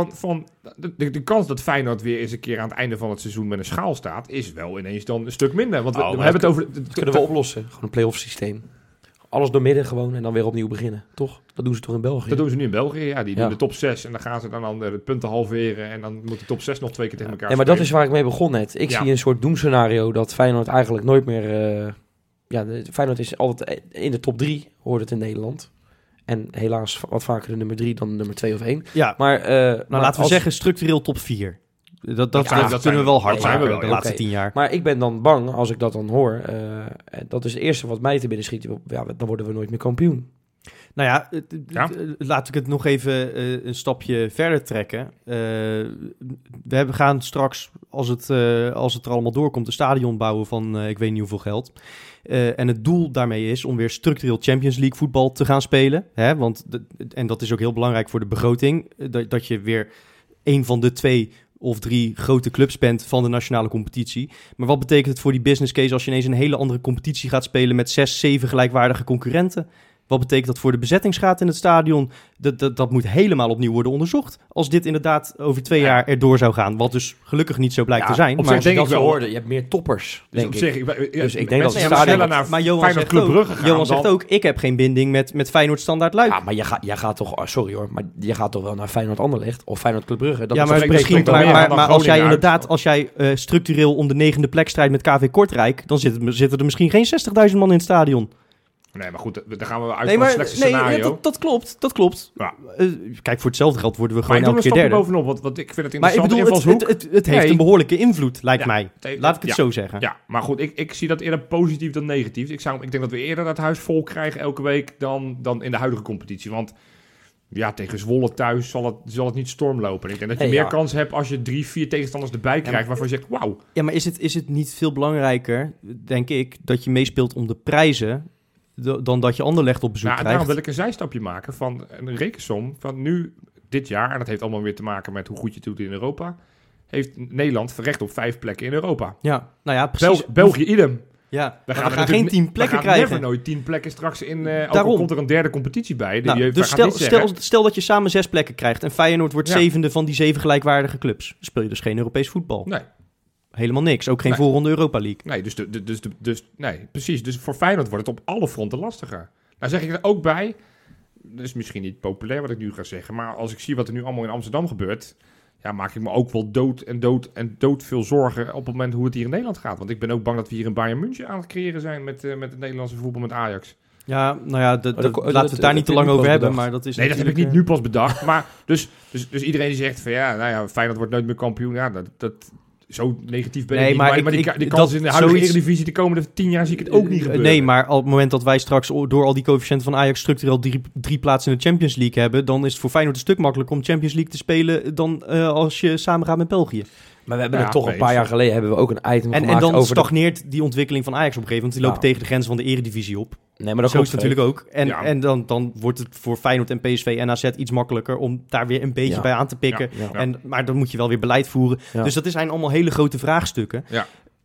De kans dat Feyenoord weer eens een keer aan het einde van het seizoen met een schaal staat, is wel ineens dan een stuk minder. Want we hebben het over... Dat kunnen we oplossen. Gewoon een play-off systeem. Alles door midden gewoon en dan weer opnieuw beginnen. Toch? Dat doen ze toch in België? Dat doen ze nu in België, ja. Die doen de top 6 en dan gaan ze dan de punten halveren en dan moet de top 6 nog 2 keer tegen elkaar spelen. Maar dat is waar ik mee begon net. Ik zie een soort doemscenario dat Feyenoord eigenlijk nooit meer... Feyenoord is altijd in de top 3, hoort het in Nederland. En helaas wat vaker de nummer 3 dan de nummer 2 of 1. Ja, maar laten we zeggen structureel top 4. Dat kunnen we wel hard maken de laatste 10 jaar. Maar ik ben dan bang, als ik dat dan hoor... dat is het eerste wat mij te binnen schiet. Ja, dan worden we nooit meer kampioen. Nou ja, laat ik het nog even een stapje verder trekken. We gaan straks, als het er allemaal doorkomt, een stadion bouwen van ik weet niet hoeveel geld. En het doel daarmee is om weer structureel Champions League voetbal te gaan spelen. Hè? En dat is ook heel belangrijk voor de begroting. Dat je weer een van de 2 of 3 grote clubs bent van de nationale competitie. Maar wat betekent het voor die business case als je ineens een hele andere competitie gaat spelen met 6, 7 gelijkwaardige concurrenten? Wat betekent dat voor de bezettingsgraad in het stadion? Dat moet helemaal opnieuw worden onderzocht. Als dit inderdaad over 2 jaar erdoor zou gaan. Wat dus gelukkig niet zo blijkt te zijn. Maar als je dat zo hoorde, je hebt meer toppers, denk ik. Dus ik denk dat het stadion... Maar Johan zegt ook, ik heb geen binding met Feyenoord Standaard Luik. Ja, maar jij gaat toch... sorry hoor, maar je gaat toch wel naar Feyenoord Anderlecht of Feyenoord Club Brugge? Maar als jij structureel om de 9e plek strijdt met KV Kortrijk, dan zitten er misschien geen 60.000 man in het stadion. Nee, maar goed, dan gaan we uit van het slechtste scenario. Dat klopt. Ja. Kijk, voor hetzelfde geld worden we gewoon elke keer derde. Bovenop, want ik vind het interessant. Maar het heeft een behoorlijke invloed, lijkt mij. Laat ik het zo zeggen. Ja, maar goed, ik zie dat eerder positief dan negatief. Ik denk dat we eerder het huis vol krijgen elke week dan in de huidige competitie. Want ja, tegen Zwolle thuis zal het niet stormlopen. Ik denk dat je meer kans hebt als je 3-4 tegenstanders erbij krijgt waarvan je zegt, wauw. Ja, maar is het niet veel belangrijker, denk ik, dat je meespeelt om de prijzen dan dat je Anderlecht op bezoek krijgt? Daarom wil ik een zijstapje maken van een rekensom van nu, dit jaar, en dat heeft allemaal weer te maken met hoe goed je het doet in Europa, heeft Nederland recht op 5 plekken in Europa. Ja, nou ja, precies. België idem. Ja, we gaan geen 10 plekken krijgen. We gaan nooit 10 plekken straks in. Daarom komt er een derde competitie bij. Dus stel dat je samen 6 plekken krijgt en Feyenoord wordt 7e van die 7 gelijkwaardige clubs. Dan speel je dus geen Europees voetbal. Nee. Helemaal niks. Ook geen voorronde Europa League. Nee, nee, precies. Dus voor Feyenoord wordt het op alle fronten lastiger. Nou zeg ik er ook bij, dat is misschien niet populair wat ik nu ga zeggen, maar als ik zie wat er nu allemaal in Amsterdam gebeurt, ja, maak ik me ook wel dood veel zorgen op het moment hoe het hier in Nederland gaat. Want ik ben ook bang dat we hier in Bayern München aan het creëren zijn met het Nederlandse voetbal met Ajax. Ja, nou ja, laten we het daar niet te lang over hebben, maar dat is... Nee, dat heb ik niet nu pas bedacht. Maar dus iedereen die zegt van Feyenoord wordt nooit meer kampioen. Ja, dat zo negatief ben ik niet. Maar die kans in de huidige Eredivisie de komende 10 jaar zie ik het ook niet gebeuren. Nee, maar op het moment dat wij straks door al die coëfficiënten van Ajax structureel 3 plaatsen in de Champions League hebben, dan is het voor Feyenoord een stuk makkelijker om Champions League te spelen dan als je samen gaat met België. Maar we hebben het toch een paar jaar geleden hebben we ook een item gemaakt over... En dan stagneert die ontwikkeling van Ajax op een gegeven moment. Die lopen tegen de grens van de Eredivisie op. Nee, maar dat zo is het natuurlijk ook. En dan wordt het voor Feyenoord en PSV en AZ iets makkelijker om daar weer een beetje bij aan te pikken. Ja. Maar dan moet je wel weer beleid voeren. Ja. Dus dat zijn allemaal hele grote vraagstukken. Ja.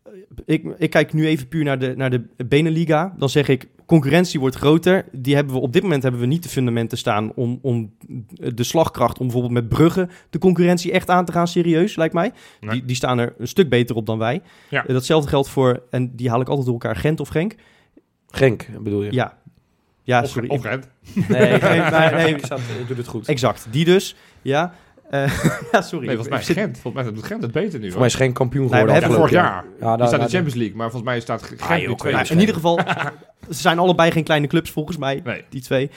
Ik kijk nu even puur naar de Beneliga. Dan zeg ik, concurrentie wordt groter. Op dit moment hebben we niet de fundamenten staan om de slagkracht, om bijvoorbeeld met Brugge de concurrentie echt aan te gaan, serieus, lijkt mij. Nee. Die staan er een stuk beter op dan wij. Ja. Datzelfde geldt voor, en die haal ik altijd door elkaar, Gent of Genk. Genk, bedoel je? Ja, sorry. Of Gent. Nee, ik doe het goed. Exact, die dus, ja. Sorry. Nee, volgens mij doet Gent het beter nu. Volgens mij is Genk kampioen geworden. We hebben vorig jaar. Die staat in de Champions League, maar volgens mij staat Genk nu 2. In ieder geval, ze zijn allebei geen kleine clubs volgens mij, die 2.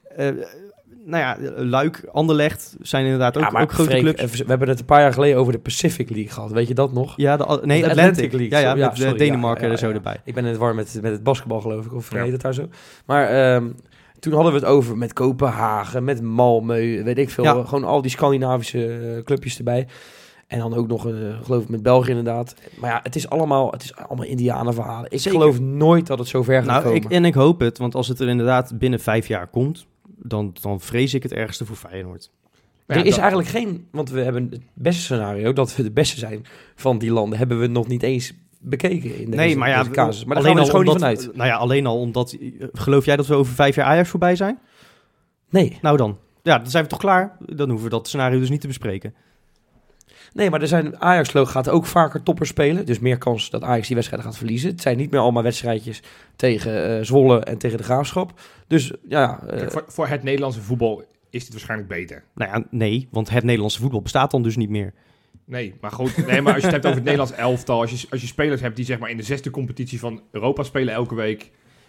Luik, Anderlecht zijn inderdaad ook grote clubs. We hebben het een paar jaar geleden over de Pacific League gehad. Weet je dat nog? Ja, Atlantic League. Met Denemarken er zo erbij. Ik ben in het war met het basketbal, geloof ik. Of heet het daar zo? Maar toen hadden we het over met Kopenhagen, met Malmö, weet ik veel. Ja. Gewoon al die Scandinavische clubjes erbij. En dan ook nog, geloof ik, met België inderdaad. Maar ja, het is allemaal Indianenverhalen. Ik geloof nooit dat het zo ver gaat komen. Ik hoop het, want als het er inderdaad binnen 5 jaar komt, dan vrees ik het ergste voor Feyenoord. Er is eigenlijk geen, want we hebben het beste scenario, dat we de beste zijn van die landen, hebben we nog niet eens bekeken in deze casus. Maar daar gaan we dus gewoon niet vanuit. Nou ja, alleen al omdat, geloof jij dat we over 5 jaar Ajax voorbij zijn? Nee. Nou dan. Ja, dan zijn we toch klaar? Dan hoeven we dat scenario dus niet te bespreken. Nee, maar Ajax gaat ook vaker toppers spelen. Dus meer kans dat Ajax die wedstrijden gaat verliezen. Het zijn niet meer allemaal wedstrijdjes tegen Zwolle en tegen de Graafschap. Dus ja... Voor het Nederlandse voetbal is het waarschijnlijk beter. Nou ja, nee, want het Nederlandse voetbal bestaat dan dus niet meer. Nee, maar goed. Nee, maar als je het hebt over het Nederlands elftal, als je spelers hebt die zeg maar in de 6e competitie van Europa spelen elke week,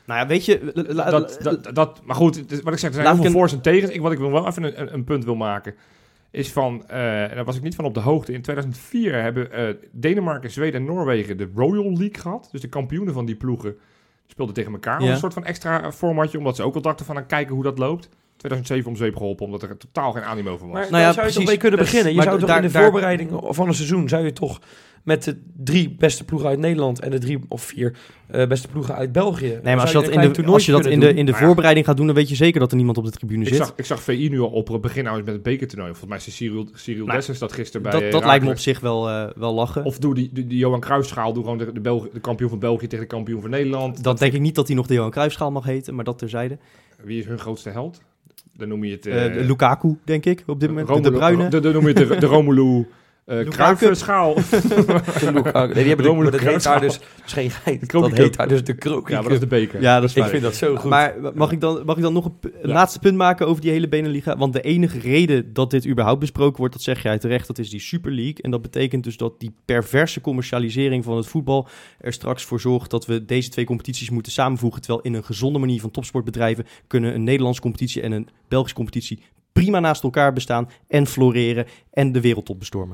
Nou ja, weet je... Maar goed, wat ik zeg, er zijn heel veel voor's en tegens. Wat ik wel even een punt wil maken, is van... en daar was ik niet van op de hoogte. In 2004 hebben Denemarken, Zweden en Noorwegen de Royal League gehad. Dus de kampioenen van die ploegen speelden tegen elkaar. Een soort van extra formatje, omdat ze ook wel dachten van... kijken hoe dat 2007 om zeep geholpen, omdat er totaal geen animo van was. Maar daar zou je toch mee kunnen beginnen. Je zou toch in de voorbereiding van een seizoen... zou je toch met de 3 beste ploegen uit Nederland... en de 3 of 4 beste ploegen uit België... Nee, maar als je dat in de voorbereiding gaat doen... dan weet je zeker dat er niemand op de tribune zit. Ik zag VI nu al op het begin met het bekertoernooi. Volgens mij is Cyril Dessers dat gisteren bij... Dat lijkt me op zich wel lachen. Of doe die Johan Cruijffschaal... doe gewoon de kampioen van België tegen de kampioen van Nederland. Dat denk ik niet dat hij nog de Johan Cruijffschaal mag heten... maar dat terzijde. Wie is hun grootste held? Dan noem je het... Lukaku, denk ik, op dit moment. De Bruyne. Dan noem je het de Romelu... Cruijffschaal. Nee, die hebben dat heet daar dus geen geit. Dat heet daar dus de Krokie. Ja, maar dat is de beker. Ja, dat is ik vind dat zo goed. Maar mag ik dan nog een laatste punt maken over die hele Beneliga? Want de enige reden dat dit überhaupt besproken wordt, dat zeg jij terecht, dat is die Super League. En dat betekent dus dat die perverse commercialisering van het voetbal er straks voor zorgt dat we deze 2 competities moeten samenvoegen. Terwijl in een gezonde manier van topsportbedrijven kunnen een Nederlandse competitie en een Belgische competitie prima naast elkaar bestaan en floreren en de wereldtop bestormen.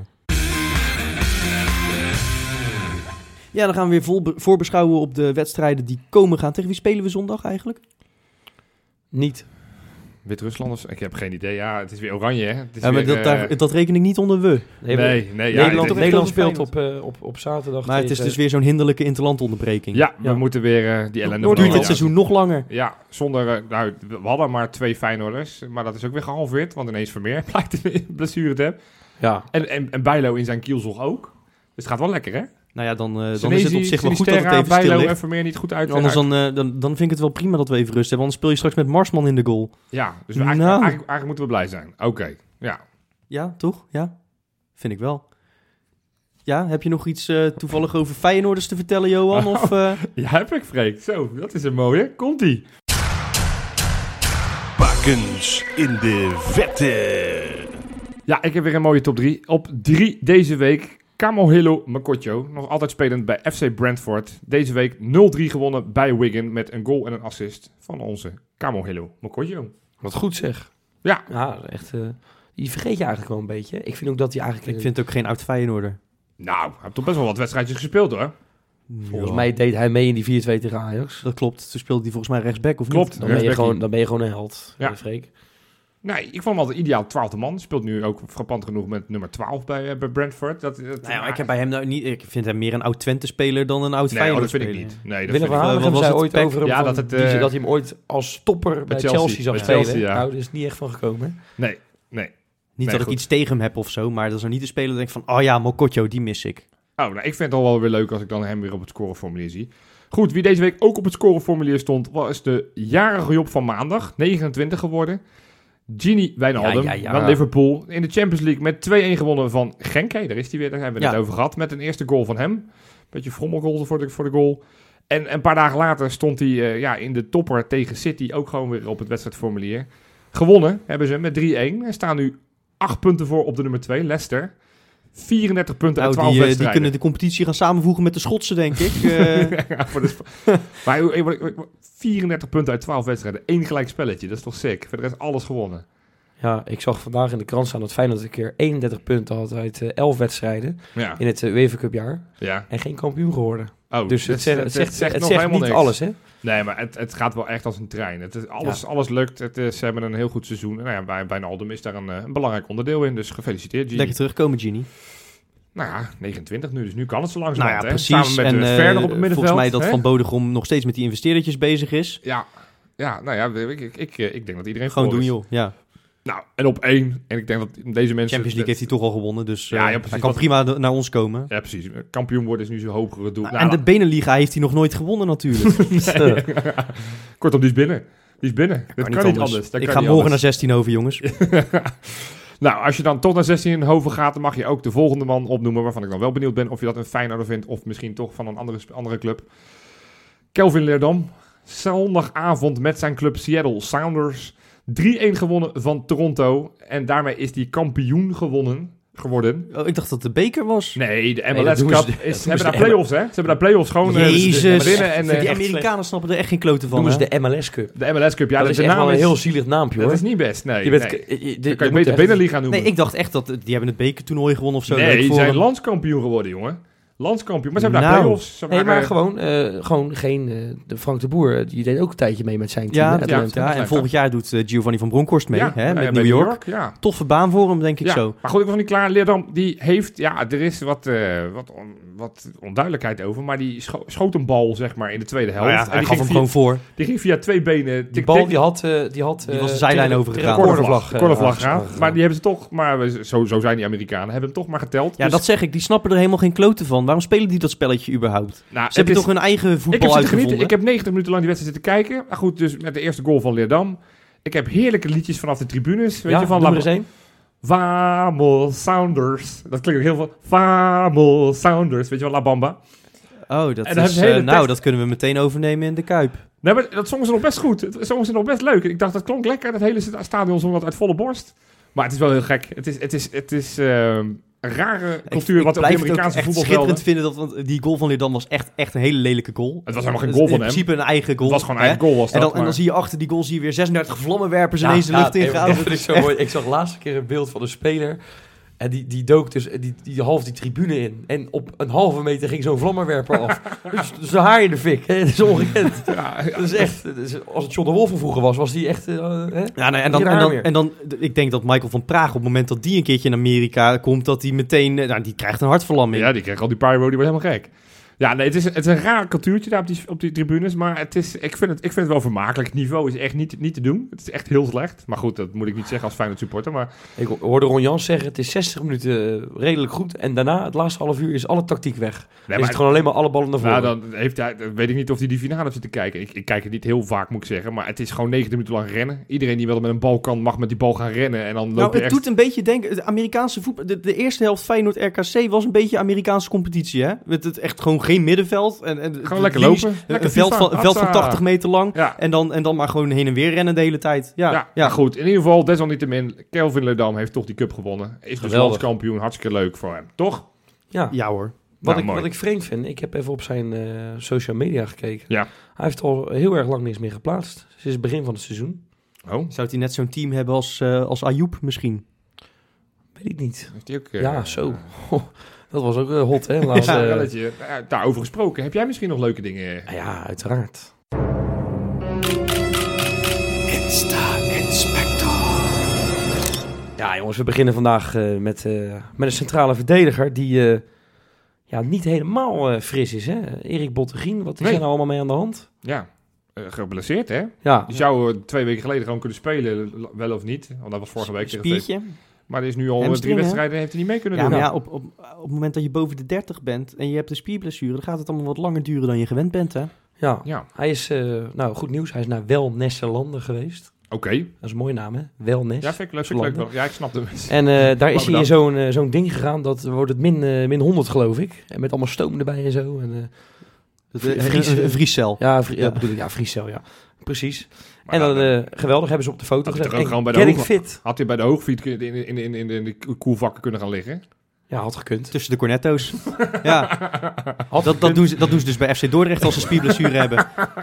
Ja, dan gaan we weer voorbeschouwen op de wedstrijden die komen gaan. Tegen wie spelen we zondag eigenlijk? Niet. Wit-Ruslanders? Ik heb geen idee. Ja, het is weer oranje, hè? Het is maar dat reken ik niet onder we. Nee. Nederland speelt op zaterdag. Maar het is dus weer zo'n hinderlijke interlandonderbreking. Ja, we moeten weer die ellende... Duurt het seizoen nog langer? Ja, zonder... we hadden maar 2 Feyenoorders, maar dat is ook weer gehalveerd, want ineens Vermeer blijkt een blessure te hebben. Ja. En Bijlo in zijn kielzog ook. Dus het gaat wel lekker, hè? Nou ja, dan is het op zich wel goed dat het even stil ligt. En Vermeer niet goed uit. Anders dan vind ik het wel prima dat we even rust hebben. Anders speel je straks met Marsman in de goal. Ja, dus eigenlijk moeten we blij zijn. Oké, ja. Ja, toch? Ja, vind ik wel. Ja, heb je nog iets toevallig over Feyenoorders te vertellen, Johan? Of, Ja, heb ik, Freek. Zo, dat is een mooie. Komt-ie. Bakens in de vette. Ja, ik heb weer een mooie top 3. Op 3 deze week... Kamohelo Mokotjo, nog altijd spelend bij FC Brentford. Deze week 0-3 gewonnen bij Wigan met een goal en een assist van onze Kamohelo Mokotjo. Wat goed zeg. Ja. Ja, echt. Die vergeet je eigenlijk wel een beetje. Ik vind ook dat hij eigenlijk... Ik vind het ook geen oud Feyenoorder. Nou, hij heeft toch best wel wat wedstrijdjes gespeeld, hoor. Volgens mij deed hij mee in die 4-2 tegen Ajax. Dat klopt. Toen speelde hij volgens mij rechtsback, of klopt, niet? Dan ben je gewoon een held, ja. Freek. Nee, ik vond hem altijd ideaal 12e man. Speelt nu ook frappant genoeg met nummer 12 bij Brentford. Ik heb bij hem nou niet. Ik vind hem meer een oud Twente-speler dan een oud Feyenoord-speler. Dat vind ik niet. Nee, dat Willem van Hanegem zei ooit over hem dat hij hem ooit als topper bij Chelsea zag spelen. Chelsea, ja. Nou, dat is niet echt van gekomen. Nee. Niet dat ik iets tegen hem heb of zo, maar dat is er niet de speler dat ik van, oh ja, Mokotjo, die mis ik. Nou, ik vind het al wel weer leuk als ik dan hem weer op het scoreformulier zie. Goed, wie deze week ook op het scoreformulier stond, was de jarige Job van maandag, 29 geworden. Gini Wijnaldum van Liverpool. In de Champions League met 2-1 gewonnen van Genk. Daar is hij weer, daar hebben we het over gehad. Met een eerste goal van hem. Beetje frommelgoal voor de goal. En een paar dagen later stond hij in de topper tegen City ook gewoon weer op het wedstrijdformulier. Gewonnen hebben ze met 3-1. En staan nu 8 punten voor op de nummer 2, Leicester. 34 punten uit 12 wedstrijden. Die kunnen de competitie gaan samenvoegen met de Schotse, denk ik. Maar 34 punten uit 12 wedstrijden. 1 gelijk spelletje. Dat is toch sick? Verder is alles gewonnen. Ja, ik zag vandaag in de krant staan dat Feyenoord een keer 31 punten had uit 11 wedstrijden in het UEFA Cup jaar. Ja. En geen kampioen geworden. Oh, dus het zegt nog helemaal niet niks. alles, hè? Nee, maar het gaat wel echt als een trein. Alles lukt. Ze hebben een heel goed seizoen. Nou ja, bij Wijnaldum is daar een belangrijk onderdeel in. Dus gefeliciteerd, Gini. Lekker terugkomen, Gini. Nou ja, 29 nu, dus nu kan het zo langzaam. Nou ja, precies. Samen met Verder op het middenveld. Volgens mij dat Van Bodegom nog steeds met die investeerdertjes bezig is. Ja, nou ja, ik denk dat iedereen gewoon doen, joh. Ja. Nou, en op 1. En ik denk dat deze mensen... Champions League heeft hij toch al gewonnen, dus hij kan prima naar ons komen. Ja, precies. Kampioen worden is nu zijn hogere doel. En de Beneliga heeft hij nog nooit gewonnen natuurlijk. Kortom, die is binnen. Dat kan niet anders. Ik ga morgen naar 16 over, jongens. Nou, als je dan toch naar 16 in Hoven gaat, dan mag je ook de volgende man opnoemen, waarvan ik dan wel benieuwd ben of je dat een Feyenoorder vindt, of misschien toch van een andere club. Kelvin Leerdam, zondagavond met zijn club Seattle Sounders, 3-1 gewonnen van Toronto. En daarmee is hij kampioen gewonnen geworden. Oh, ik dacht dat het de beker was. Nee, de MLS Cup ze hebben daar play-offs, hè? Ze hebben daar play-offs gewoon... Jezus, die Amerikanen snappen er echt geen kloten van. Noemen ze de MLS Cup. De MLS Cup, ja. Dat is echt wel een heel zielig naampje, hoor. Dat is niet best, nee. Je kan je beter Beneliga noemen. Nee, ik dacht echt dat die hebben het bekertoernooi gewonnen of zo. Nee, die zijn landskampioen geworden, jongen. Landskampioen, maar ze hebben daar play-offs. Nee, maar gewoon geen... de Frank de Boer, die deed ook een tijdje mee met zijn team. Ja, en volgend jaar doet Giovanni van Bronckhorst mee, met New York. Ja. Toffe baan voor hem, denk ik zo. Maar goed, ik was niet klaar. Leerdam, die heeft... Ja, er is wat onduidelijkheid over, maar die schoot een bal, zeg maar, in de tweede helft. En hij gaf hem gewoon voor. Die ging via 2 benen... Die bal, die was de zijlijn overgegaan. Cornervlag gegaan. Maar die hebben ze toch... Maar zo zijn die Amerikanen. Hebben hem toch maar geteld. Ja, dat zeg ik. Die snappen er helemaal geen kloten van. Waarom spelen die dat spelletje überhaupt? Ze hebben toch hun eigen voetbal uitgevonden? Ik heb 90 minuten lang die wedstrijd zitten kijken. Maar goed, dus met de eerste goal van Leerdam. Ik heb heerlijke liedjes vanaf de tribunes. Weet je, van Vamos Sounders. Dat klinkt ook heel veel. Vamos Sounders. Weet je wel, La Bamba. Oh, dat kunnen we meteen overnemen in de Kuip. Nee, maar dat zongen ze nog best goed. Dat zongen ze nog best leuk. Ik dacht, dat klonk lekker. Dat hele stadion zong dat uit volle borst. Maar het is wel heel gek. Het is een rare cultuur wat op de Amerikaanse voetbal schitterend vinden, want die goal van Leerdam was echt een hele lelijke goal. Het was helemaal geen goal van hem. In principe een eigen goal. Het was gewoon een eigen goal. En dan zie je achter die goal weer 36 vlammenwerpers ineens de lucht ingaan. Dat is zo mooi. Ik zag de laatste keer een beeld van een speler. En die dook dus die half die tribune in. En op een halve meter ging zo'n vlammenwerper af. Dus de haar in de fik. Hè? Dat is ongekend. Dat is echt... als het John de Wolf van vroeger was die echt... En dan... Ik denk dat Michael van Praag, op het moment dat die een keertje in Amerika komt, dat hij meteen... die krijgt een hartverlamming. Ja, die krijgt al die pyro, die wordt helemaal gek. Ja, nee, het is een raar cultuurtje daar op die tribunes, maar ik vind het wel vermakelijk. Het niveau is echt niet te doen. Het is echt heel slecht. Maar goed, dat moet ik niet zeggen als Feyenoord supporter. Maar... Ik hoorde Ron Jans zeggen, het is 60 minuten redelijk goed. En daarna, het laatste half uur, is alle tactiek weg. Is het gewoon alleen maar alle ballen naar voren. Nou, dan weet ik niet of hij die finale zit te kijken. Ik kijk het niet heel vaak, moet ik zeggen. Maar het is gewoon 90 minuten lang rennen. Iedereen die wel met een bal kan, mag met die bal gaan rennen. En dan loopt het doet een beetje denken, de Amerikaanse voetbal... De eerste helft Feyenoord-RKC was een beetje Amerikaanse competitie, hè? Met het echt gewoon geen middenveld. Gewoon lekker lopen. Een veld van 80 meter lang. Ja. En dan maar gewoon heen en weer rennen de hele tijd. Ja. Goed. In ieder geval, desalniettemin, Kelvin Leerdam heeft toch die cup gewonnen. Is dus landskampioen. Hartstikke leuk voor hem. Toch? Ja hoor. Wat ik vreemd vind, ik heb even op zijn social media gekeken. Ja. Hij heeft al heel erg lang niks meer geplaatst. Sinds het begin van het seizoen. Oh. Zou hij net zo'n team hebben als Ayoub misschien? Weet ik niet. Heeft hij ook... ja, zo. Dat was ook hot, hè? Daarover gesproken. Heb jij misschien nog leuke dingen? Ja, uiteraard. Insta-inspector. Ja, jongens, we beginnen vandaag met een centrale verdediger die niet helemaal fris is, hè? Erik Bottegien, wat is er nou allemaal mee aan de hand? Ja, geblesseerd, hè? Ja. Die zou 2 weken geleden gewoon kunnen spelen, wel of niet. Want dat was vorige week. Spiertje. Maar er is nu al 3 wedstrijden, heeft hij niet mee kunnen doen. Maar ja, op het moment dat je boven de 30 bent en je hebt een spierblessure, dan gaat het allemaal wat langer duren dan je gewend bent, hè? Ja. Hij is, goed nieuws, hij is naar Welnesselanden geweest. Oké. Dat is een mooie naam, hè? Welnes. Ja, vind ik leuk wel. Ja, ik snap het. En daar is hij in zo'n ding gegaan, dat wordt het min 100, geloof ik. En met allemaal stoom erbij en zo. En, een vriescel. Ja, vriescel, ja. Precies. Maar en dan geweldig, hebben ze op de foto gezet. Had hij bij de hoogfiets in de koelvakken kunnen gaan liggen? Ja, had gekund. Tussen de cornetto's. Ja. Dat doen ze dus bij FC Dordrecht als ze spierblessure hebben.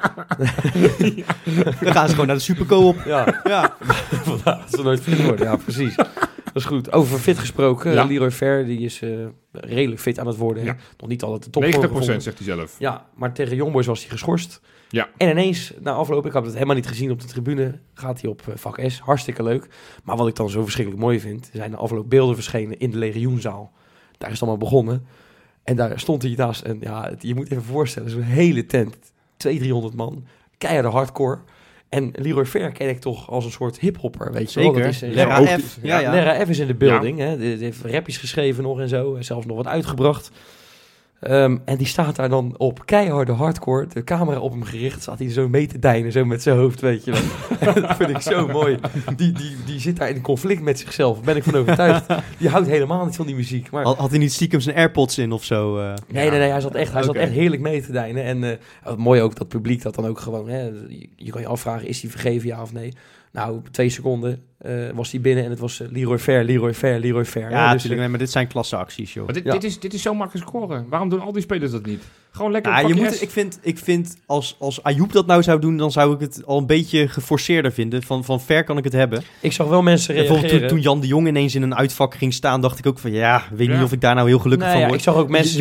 Dan gaan ze gewoon naar de Superco-op. Ja. Dat ze nooit fit worden. Ja, precies. Dat is goed. Over fit gesproken. Ja. Leroy Fer, die is redelijk fit aan het worden. Ja. Nog niet altijd de top. 90% zegt hij zelf. Ja, maar tegen Young Boys was hij geschorst. Ja. En ineens, na afloop, ik had het helemaal niet gezien op de tribune, gaat hij op vak S. Hartstikke leuk. Maar wat ik dan zo verschrikkelijk mooi vind, zijn de afloop beelden verschenen in de legioenzaal. Daar is het allemaal begonnen. En daar stond hij naast. En ja, je moet even voorstellen, zo'n hele tent. 200-300 man. Keiharde hardcore. En Leroy Fer ken ik toch als een soort hiphopper, weet je wel. Zeker. Lerra F. Lerra F is in de building. Ja. Hè. Die heeft rapjes geschreven nog en zo. En zelfs nog wat uitgebracht. En die staat daar dan op keiharde hardcore, de camera op hem gericht, staat hij zo mee te deinen, zo met zijn hoofd, weet je wel. Dat vind ik zo mooi. Die zit daar in conflict met zichzelf, ben ik van overtuigd. Die houdt helemaal niet van die muziek. Maar... Had hij niet stiekem zijn AirPods in of zo? Nee, hij zat echt heerlijk mee te deinen. En mooi ook dat publiek dat dan ook gewoon, hè, je kan je afvragen, is hij vergeven, ja of nee? Nou, 2 seconden, was hij binnen en het was Leroy Fer. Ja, natuurlijk, maar dit zijn klasse acties, joh. Maar dit is zo makkelijk scoren. Waarom doen al die spelers dat niet? Gewoon lekker ik vind als Ayoub dat nou zou doen, dan zou ik het al een beetje geforceerder vinden. Van Fer kan ik het hebben. Ik zag wel mensen reageren. Bijvoorbeeld toen Jan de Jong ineens in een uitvak ging staan, dacht ik ook van weet niet of ik daar nou heel gelukkig van word. Ik zag ook mensen...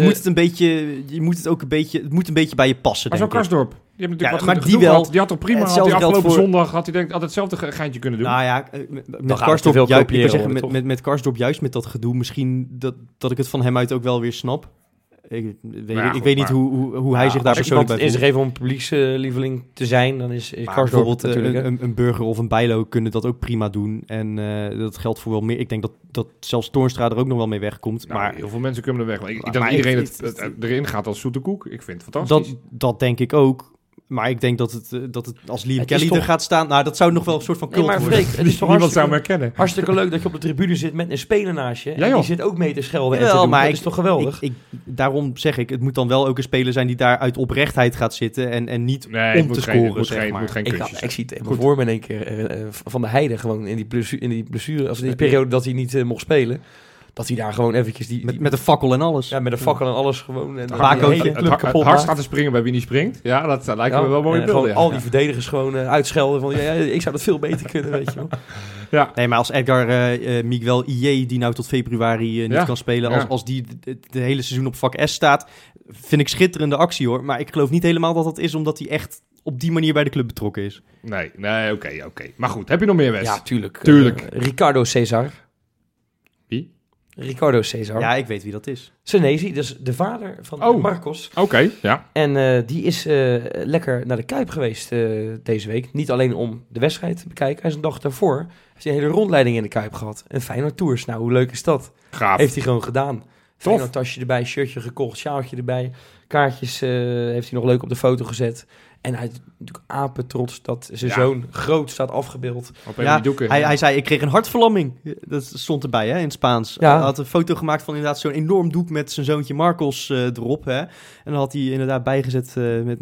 Het moet een beetje bij je passen, maar zo'n Karsdorp, die heeft natuurlijk maar die wel. Die had toch prima, had die afgelopen zondag had hij hetzelfde geintje kunnen doen. Nou ja, met Karsdorp juist met dat gedoe, misschien dat ik het van hem uit ook wel weer snap. Ik weet niet hoe hij zich daar persoonlijk bij voelt. Is er even om publiekslieveling te zijn, dan is Karsdorp natuurlijk... Een Burger of een Bijlo kunnen dat ook prima doen. En dat geldt voor wel meer. Ik denk dat zelfs Toornstra er ook nog wel mee wegkomt. Nou, maar heel veel mensen kunnen er weg. Ik denk dat iedereen erin gaat als zoete koek. Ik vind het fantastisch. Dat denk ik ook. Maar ik denk dat het als Liam Kelly er gaat staan... Nou, dat zou nog wel een soort van cult worden. Freek, het is toch niemand zou hem herkennen. Hartstikke leuk dat je op de tribune zit met een speler naast je. En die zit ook mee te schelden en te doen. Maar dat is toch geweldig? Daarom zeg ik, het moet dan wel ook een speler zijn die daar uit oprechtheid gaat zitten en niet om te scoren, zeg maar. Ik zie het even voor me in één keer Van der Heijden gewoon in die blessure, als in die periode dat hij niet mocht spelen. Dat hij daar gewoon eventjes... Met een fakkel en alles. Ja, met een fakkel en alles gewoon. En het hart gaat te springen bij wie niet springt. Ja, dat lijkt me wel mooi beeld. Al die verdedigers gewoon uitschelden van... ik zou dat veel beter kunnen, weet je wel. Ja. Nee, maar als Edgar Miguel IE, die nou tot februari niet kan spelen... Als die de hele seizoen op vak S staat... vind ik schitterende actie, hoor. Maar ik geloof niet helemaal dat is omdat hij echt... op die manier bij de club betrokken is. Nee, oké. Maar goed, heb je nog meer, Wes? Ja, tuurlijk. Ricardo Cesar. Wie? Ricardo Cesar. Ja, ik weet wie dat is. Senesi, dus de vader van Marcos. Oké, ja. En die is lekker naar de Kuip geweest deze week. Niet alleen om de wedstrijd te bekijken. Hij is een dag daarvoor. Heeft hij een hele rondleiding in de Kuip gehad. Een Feyenoord Tours. Nou, hoe leuk is dat? Gaaf. Heeft hij gewoon gedaan. Feyenoord tasje erbij, shirtje gekocht, sjaaltje erbij. Kaartjes heeft hij nog leuk op de foto gezet. En hij is natuurlijk apetrots dat zijn zoon groot staat afgebeeld. Hij zei, ik kreeg een hartverlamming. Dat stond erbij, hè, in het Spaans. Ja. Hij had een foto gemaakt van inderdaad zo'n enorm doek met zijn zoontje Marcos erop. Hè. En dan had hij inderdaad bijgezet met...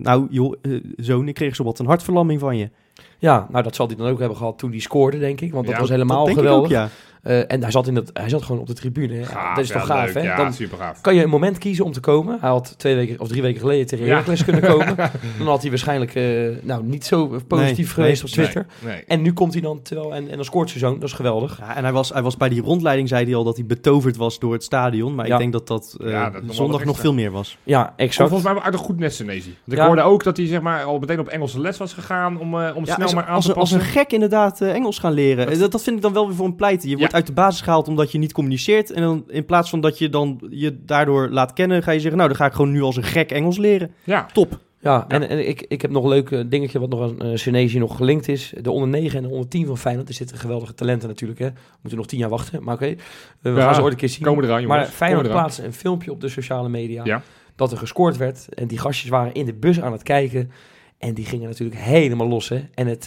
zoon, ik kreeg zo wat een hartverlamming van je. Ja, nou dat zal hij dan ook hebben gehad toen hij scoorde, denk ik. Want dat was helemaal geweldig. Ook, en hij zat gewoon op de tribune. Gaaf, dat is toch gaaf, leuk. hè? Ja, dan super gaaf. Kan je een moment kiezen om te komen. Hij had 2 weken of 3 weken geleden tegen Heracles kunnen komen. Dan had hij waarschijnlijk niet zo positief geweest op Twitter. Nee. En nu komt hij dan en dan scoort zijn zoon. Dat is geweldig. Ja, en hij was bij die rondleiding, zei hij al, dat hij betoverd was door het stadion. Maar ik denk dat zondag nog veel meer was. Ja, exact. Volgens mij uit een goed net Senesi. Ik hoorde ook dat hij zeg maar al meteen op Engelse les was gegaan om snel maar aan te passen. Als een gek inderdaad Engels gaan leren. Dat vind ik dan wel weer voor een pleiten. Je wordt uit de basis gehaald omdat je niet communiceert. En dan in plaats van dat je dan je daardoor laat kennen, ga je zeggen, nou, dan ga ik gewoon nu als een gek Engels leren. Ja. Top. Ja, en ik heb nog een leuk dingetje wat nog aan Senesi nog gelinkt is. De onder 9 en de onder 10 van Feyenoord. Er zitten geweldige talenten natuurlijk, hè. We moeten nog 10 jaar wachten, maar oké. We gaan ze ooit een keer zien. Komen eraan, jongens. Maar Feyenoord plaatste een filmpje op de sociale media dat er gescoord werd. En die gastjes waren in de bus aan het kijken. En die gingen natuurlijk helemaal los, hè. En het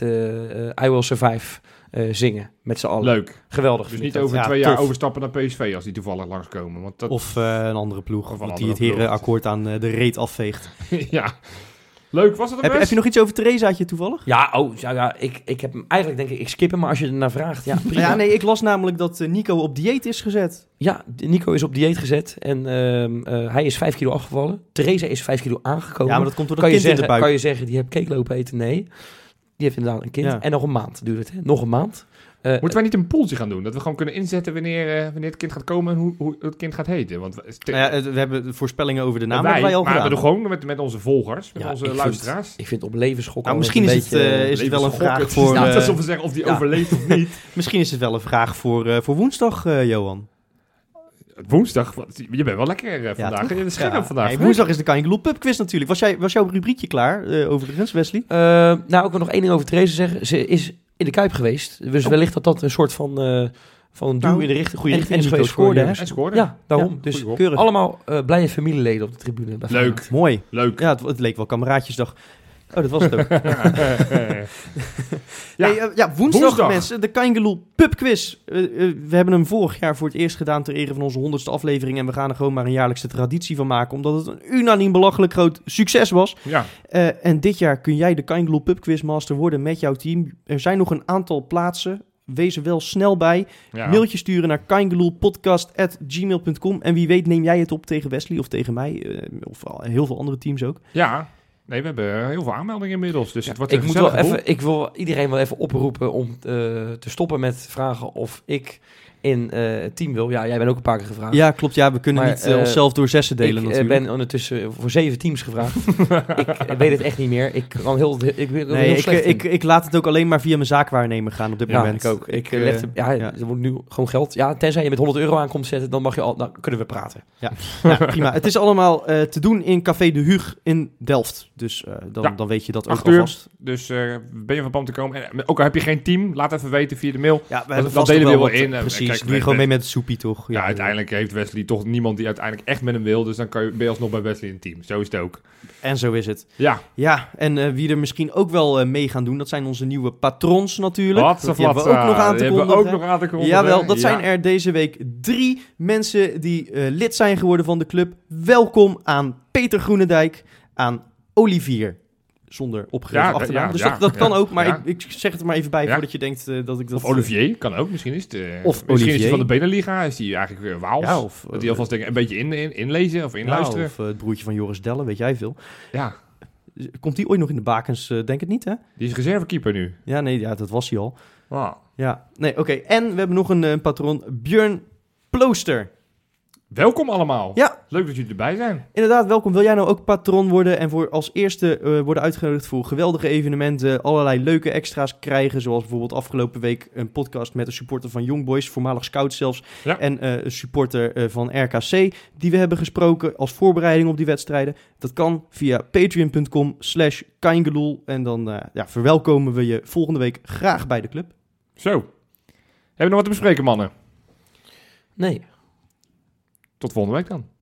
I Will Survive zingen met z'n allen. Leuk. Geweldig. Dus niet over 2 jaar overstappen naar PSV als die toevallig langskomen. Want dat... Of een andere ploeg. Of die het herenakkoord aan de reet afveegt. Ja. Leuk, was het een heb je nog iets over Theresaatje toevallig? Ja, ik heb hem eigenlijk, denk ik skip hem, maar als je ernaar vraagt, ja, prima. Ja, nee, ik las namelijk dat Nico op dieet is gezet. Ja, Nico is op dieet gezet en hij is 5 kilo afgevallen. Theresa is 5 kilo aangekomen. Ja, maar dat komt door dat kind in de buik. Kan je zeggen, die heeft cake lopen eten? Nee. Die heeft inderdaad een kind. Ja. En nog een maand duurt het, hè? Nog een maand. Moeten wij niet een poeltje gaan doen? Dat we gewoon kunnen inzetten wanneer het kind gaat komen en hoe het kind gaat heten? Want we hebben voorspellingen over de naam. Wij al gedaan. We doen gewoon met onze volgers, met onze luisteraars. Ik vind op levensschok. Nou, misschien is het wel een vraag voor... Ja, dat is om te zeggen of die overleeft of niet. Misschien is het wel een vraag voor woensdag, Johan. Woensdag? Je bent wel lekker vandaag. Je bent vandaag. Nee, woensdag is de Kangaloo Pub Quiz natuurlijk. Was jouw rubriekje klaar overigens, Wesley? Nou, ik wil nog 1 ding over Theresa zeggen. Ze is in de Kuip geweest. Dus wellicht dat een soort van een duw in de goede richting is geweest. En scoorde. Ja, daarom. Ja, dus keurig. Allemaal blije familieleden op de tribune. Leuk. Mooi. Leuk. Ja, het leek wel kameraadjesdag. Oh, dat was het ook. Woensdag mensen, de Kangaloo Pub Quiz. We hebben hem vorig jaar voor het eerst gedaan ter ere van onze 100ste aflevering. En we gaan er gewoon maar een jaarlijkse traditie van maken. Omdat het een unaniem belachelijk groot succes was. Ja. En dit jaar kun jij de Kangaloo Pub Quiz master worden met jouw team. Er zijn nog een aantal plaatsen. wees er wel snel bij. Ja. Mailtje sturen naar kaingeloelpodcast@gmail.com. En wie weet neem jij het op tegen Wesley of tegen mij. Of heel veel andere teams ook. Ja, nee, we hebben heel veel aanmeldingen inmiddels. Dus het wordt ik wil iedereen wel even oproepen om te stoppen met vragen of ik in het team wil. Ja, jij bent ook een paar keer gevraagd. Ja, klopt. Ja, we kunnen niet onszelf door 6 delen natuurlijk. Ik ben ondertussen voor 7 teams gevraagd. Ik weet het echt niet meer. Ik laat het ook alleen maar via mijn zaakwaarnemer gaan op dit moment. Ik ook. Er moet nu gewoon geld. Ja, tenzij je met €100 aan komt zetten, dan kunnen we praten. Ja, prima. Het is allemaal te doen in Café de Huug in Delft. Dus dan weet je dat ook alvast. Dus ben je van plan te komen. En ook al heb je geen team, laat even weten via de mail. Ja, dat delen we wel in. Precies. Doe je gewoon mee met het soepie, toch? Ja, uiteindelijk heeft Wesley toch niemand die uiteindelijk echt met hem wil. Dus dan ben je alsnog bij Wesley in het team. Zo is het ook. En zo is het. Ja. Ja, en wie er misschien ook wel mee gaan doen, dat zijn onze nieuwe patrons natuurlijk. Die hebben we ook nog aan te kondigen. Jawel, dat zijn er deze week 3 mensen die lid zijn geworden van de club. Welkom aan Peter Groenendijk, aan Olivier. Zonder opgegeven achternaam. Dus dat kan ook, maar ik zeg het er maar even bij voordat je denkt dat ik dat... Of Olivier, kan ook. Misschien is het... Misschien is hij van de Beneliga, is hij eigenlijk weer Waals. Ja, of dat hij alvast een beetje inlezen of inluisteren. Ja, of het broertje van Joris Dellen, weet jij veel. Ja. Komt die ooit nog in de bakens? Denk het niet, hè? Die is reservekeeper nu. Ja, nee, dat was hij al. Wow. Ja, nee, oké. En we hebben nog een patron, Björn Plooster. Welkom allemaal. Ja. Leuk dat jullie erbij zijn. Inderdaad, welkom. Wil jij nou ook patron worden en voor als eerste worden uitgenodigd voor geweldige evenementen, allerlei leuke extra's krijgen, zoals bijvoorbeeld afgelopen week een podcast met een supporter van Young Boys, voormalig scout zelfs, en een supporter van RKC, die we hebben gesproken als voorbereiding op die wedstrijden. Dat kan via patreon.com/kaingeloel en dan verwelkomen we je volgende week graag bij de club. Zo. Hebben we nog wat te bespreken, mannen? Nee. Tot volgende week dan.